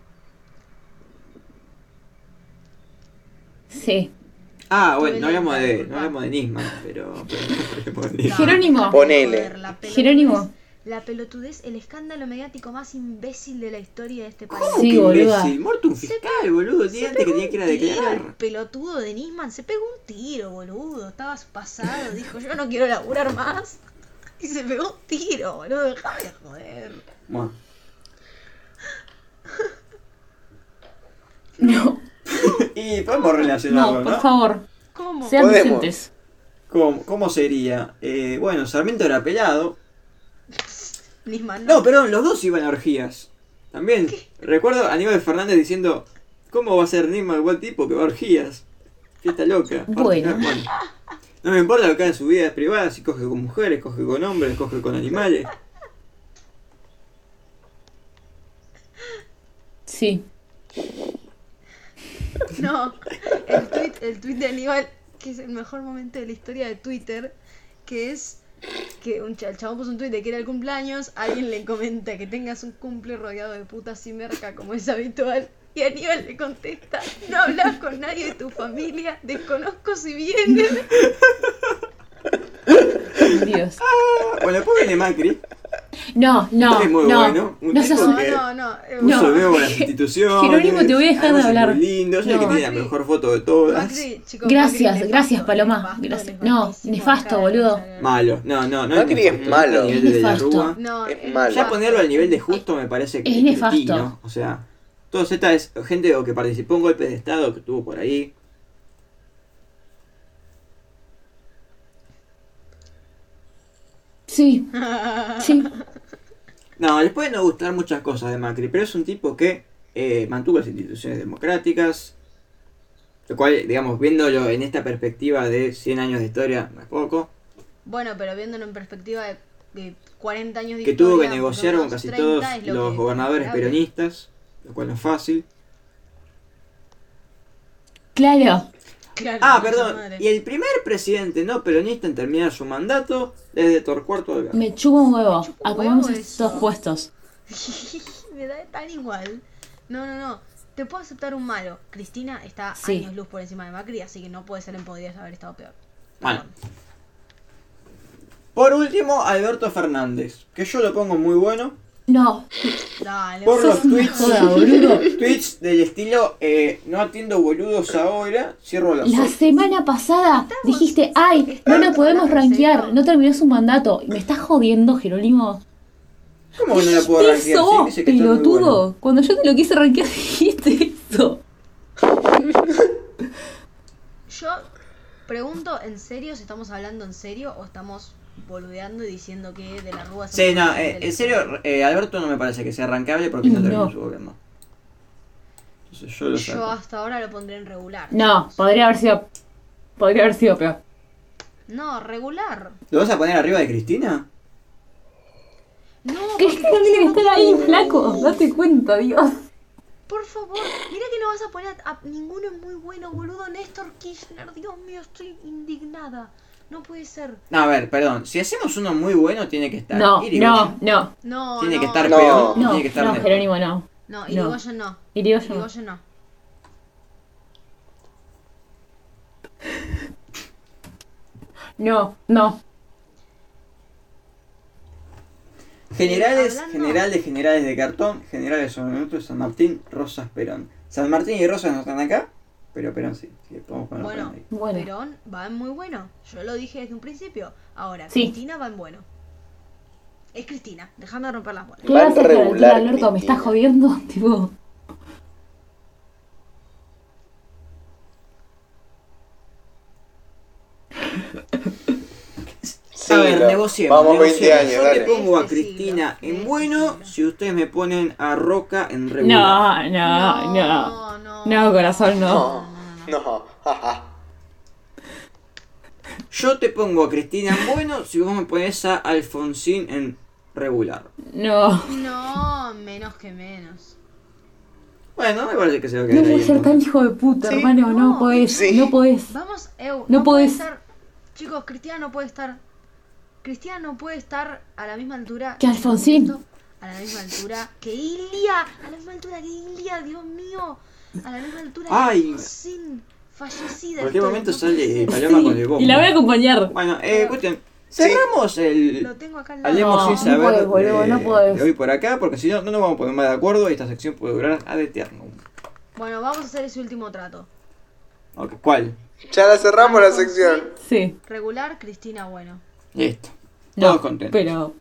Sí. Ah, bueno, Tuve no hablamos lenta, de, disculpa. no hablamos de Nisman, pero, pero no hablamos de Nisman. Jerónimo. Ponele. Joder, la pelotudez- Jerónimo. La pelotudez, el escándalo mediático más imbécil de la historia de este país. ¿Cómo Sí, que boluda. imbécil? Muerto un fiscal, boludo. El día antes que tenía que ir a Tiro, el declarar. pelotudo de Nisman se pegó un tiro, boludo. Estabas pasado, dijo, yo no quiero laburar más. Y se pegó un tiro, boludo. Déjame de joder. Bueno. No, Y podemos relacionarlo, no, ¿no? por favor. ¿Cómo? Sean Podemos. decentes. ¿Cómo, cómo sería? Eh, bueno, Sarmiento era pelado. Nisman No, perdón, los dos iban a orgías. También. Recuerdo a Aníbal Fernández diciendo, ¿cómo va a ser Nisman igual tipo que va a orgías? Fiesta loca. Bueno. No me importa lo que haga en su vida privada, si coge con mujeres, coge con hombres, coge con animales. Sí. No, el tweet, el tweet de Aníbal, que es el mejor momento de la historia de Twitter, que es que un ch- el chabón puso un tweet de que era el cumpleaños, alguien le comenta que tengas un cumple rodeado de putas y merca como es habitual, y Aníbal le contesta, no hablas con nadie de tu familia, desconozco si vienen. Dios. Bueno, después viene Macri. No, no, Es muy no. bueno, un No tipo seas un... que- No, no, no. eh, Puso No. el veo con las instituciones. Jerónimo, te voy a dejar de además es hablar. muy lindo, es el que No. tiene la Macri- mejor foto de todas. Macri, chicos, Gracias, Macri es gracias, nefasto, Paloma. nefasto, Gracias. nefastísimo, No, nefasto, cara de boludo. concha de- Malo, no, no, no Macri es nefasto, malo. a nivel de, de la Nefasto. Rúa. No, Es es malo. Ya nefasto. ponerlo al nivel de justo me parece que Es nefasto. cretino. O sea, toda esta es gente o que participó en golpes de estado que estuvo por ahí. Sí. Sí. No, les pueden no gustar muchas cosas de Macri, pero es un tipo que eh, mantuvo las instituciones democráticas. Lo cual, digamos, viéndolo en esta perspectiva de cien años de historia, no es poco. Bueno, pero viéndolo en perspectiva de, de cuarenta años de Que historia, tuvo que por lo negociar con menos casi treinta todos es lo los que- gobernadores esperable. peronistas, lo cual no es fácil. Claro. Claro, Ah, concha de perdón. madre. Y el primer presidente no peronista en terminar su mandato desde Torcuato Alvear. Me chupa un huevo. chupa un Acomodamos huevo estos eso. puestos. Me da tan igual. No, no, no. Te puedo aceptar un malo. Cristina está Sí. años luz por encima de Macri, así que no puede ser en podrías haber estado peor. Bueno. Perdón. Por último, Alberto Fernández, que yo lo pongo muy bueno. No. Dale, Por boludo. los tweets, Joda, boludo. tweets del estilo eh, no atiendo boludos ahora, cierro la La puerta. semana pasada dijiste, ay, no estamos lo podemos hablando en rankear, serio. no terminó su mandato. ¿Me estás jodiendo, Jerónimo? ¿Cómo que no la puedo Dijiste rankear? eso, Sí, dice que está muy pelotudo. bueno. Cuando yo te lo quise rankear, dijiste eso. Yo pregunto en serio si estamos hablando en serio o estamos boludeando y diciendo que de la Rúa es un Sí, no, presidente eh, en electo. serio, eh, Alberto no me parece que sea arrancable porque no No. terminó su gobierno. Entonces yo lo Yo saco. hasta ahora lo pondré en regular. No, podría haber sido. Podría haber sido peor. No, regular. ¿Lo vas a poner arriba de Cristina? No, Cristina porque- tiene que estar ahí, flaco. Date cuenta, Dios. Por favor, mira que no vas a poner a, a ninguno muy bueno, boludo. Néstor Kirchner, Dios mío, estoy indignada. No puede ser. No, a ver, perdón. Si hacemos uno muy bueno, tiene que estar. No, Irigoyen. no, no. No, Tiene no, que estar No. peor. No, tiene que estar no, Néstor. Jerónimo, no. No, Irigoyen no. Irigoyen no. Irigoyen no. No, no. Generales, Eh, hablando- general de generales de cartón, generales sobre nosotros, San Martín, Rosas, Perón. San Martín y Rosas no están acá, pero Perón sí. Sí, podemos ponerlo Bueno, ahí. Bueno. Perón va en muy bueno. Yo lo dije desde un principio. Ahora, Sí. Cristina va en bueno. Es Cristina, dejando de romper las bolas. ¿Qué vas a hacer? regular, Tira al orto, me estás Cristina. jodiendo. Tipo. negociemos. Vamos veinte negociemos. años, Yo dale. te pongo a Este siglo, Cristina de en este bueno siglo. si ustedes me ponen a Roca en regular. No, no, no. no, No, corazón, no. No, no, jaja. Yo te pongo a Cristina en bueno si vos me pones a Alfonsín en regular. No. No, menos que menos. Bueno, me parece que se va a No quedar ahí. puedes ser tan entonces. hijo de puta, Sí. hermano. No No. podés. Sí. No podés. Vamos, Eu, No no, puede podés. estar. Chicos, Cristina no puede estar. Cristina no puede estar a la misma altura Que Alfonsín. Jesucristo, a la misma altura que Ilia. A la misma altura que Ilia, Dios mío. A la misma altura Ay. que Alfonsín. Fallecida. En cualquier estoy, momento no puede sale ser. Paloma con el Sí, bombo. y la voy a acompañar. Bueno, eh, cuestión. Cerramos el. Lo tengo acá al lado. Hablemos No, sin no saber podés, boludo, de, no podés. de hoy por acá, porque si no, no nos vamos a poner más de acuerdo y esta sección puede durar ad eternum. Bueno, vamos a hacer ese último trato. Ok, ¿cuál? Ya la cerramos la Alfonsín, sección. Sí. Regular, Cristina, bueno. Listo. No, Todos contentos. pero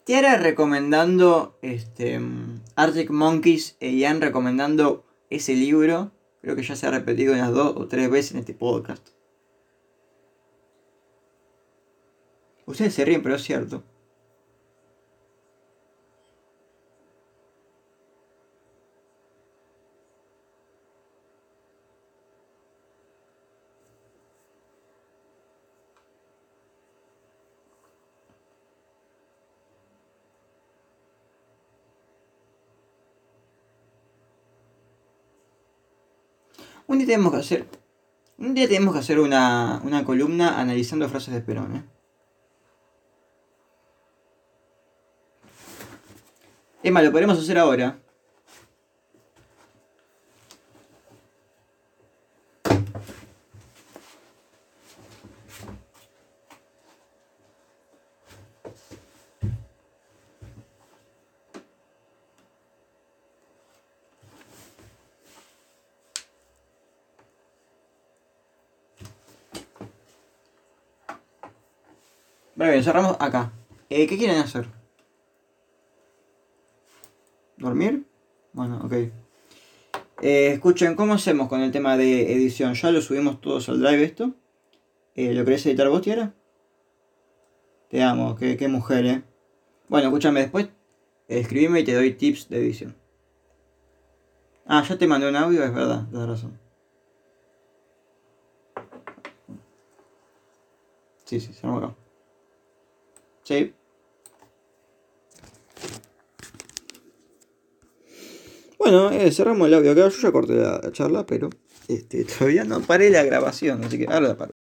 Tiara recomendando este, Arctic Monkeys e Ian recomendando ese libro. Creo que ya se ha repetido unas dos o tres veces en este podcast. Ustedes se ríen, pero es cierto. Un día tenemos que hacer. Un día tenemos que hacer una, una columna analizando frases de Perón, ¿eh? Emma, lo podemos hacer ahora. Vale, bien, cerramos acá. Eh, ¿Qué quieren hacer? ¿Dormir? Bueno, ok. Eh, escuchen, ¿cómo hacemos con el tema de edición? Ya lo subimos todos al drive esto. Eh, ¿Lo querés editar vos, Tiara? Te amo, qué, qué mujer, eh. Bueno, escúchame después. Eh, escribime y te doy tips de edición. Ah, ya te mandé un audio, es verdad, tienes razón. Sí, sí, se armó acá. Sí. Bueno, eh, cerramos el audio acá. Yo ya corté la charla, pero este, todavía no paré la grabación, así que ahora la paro.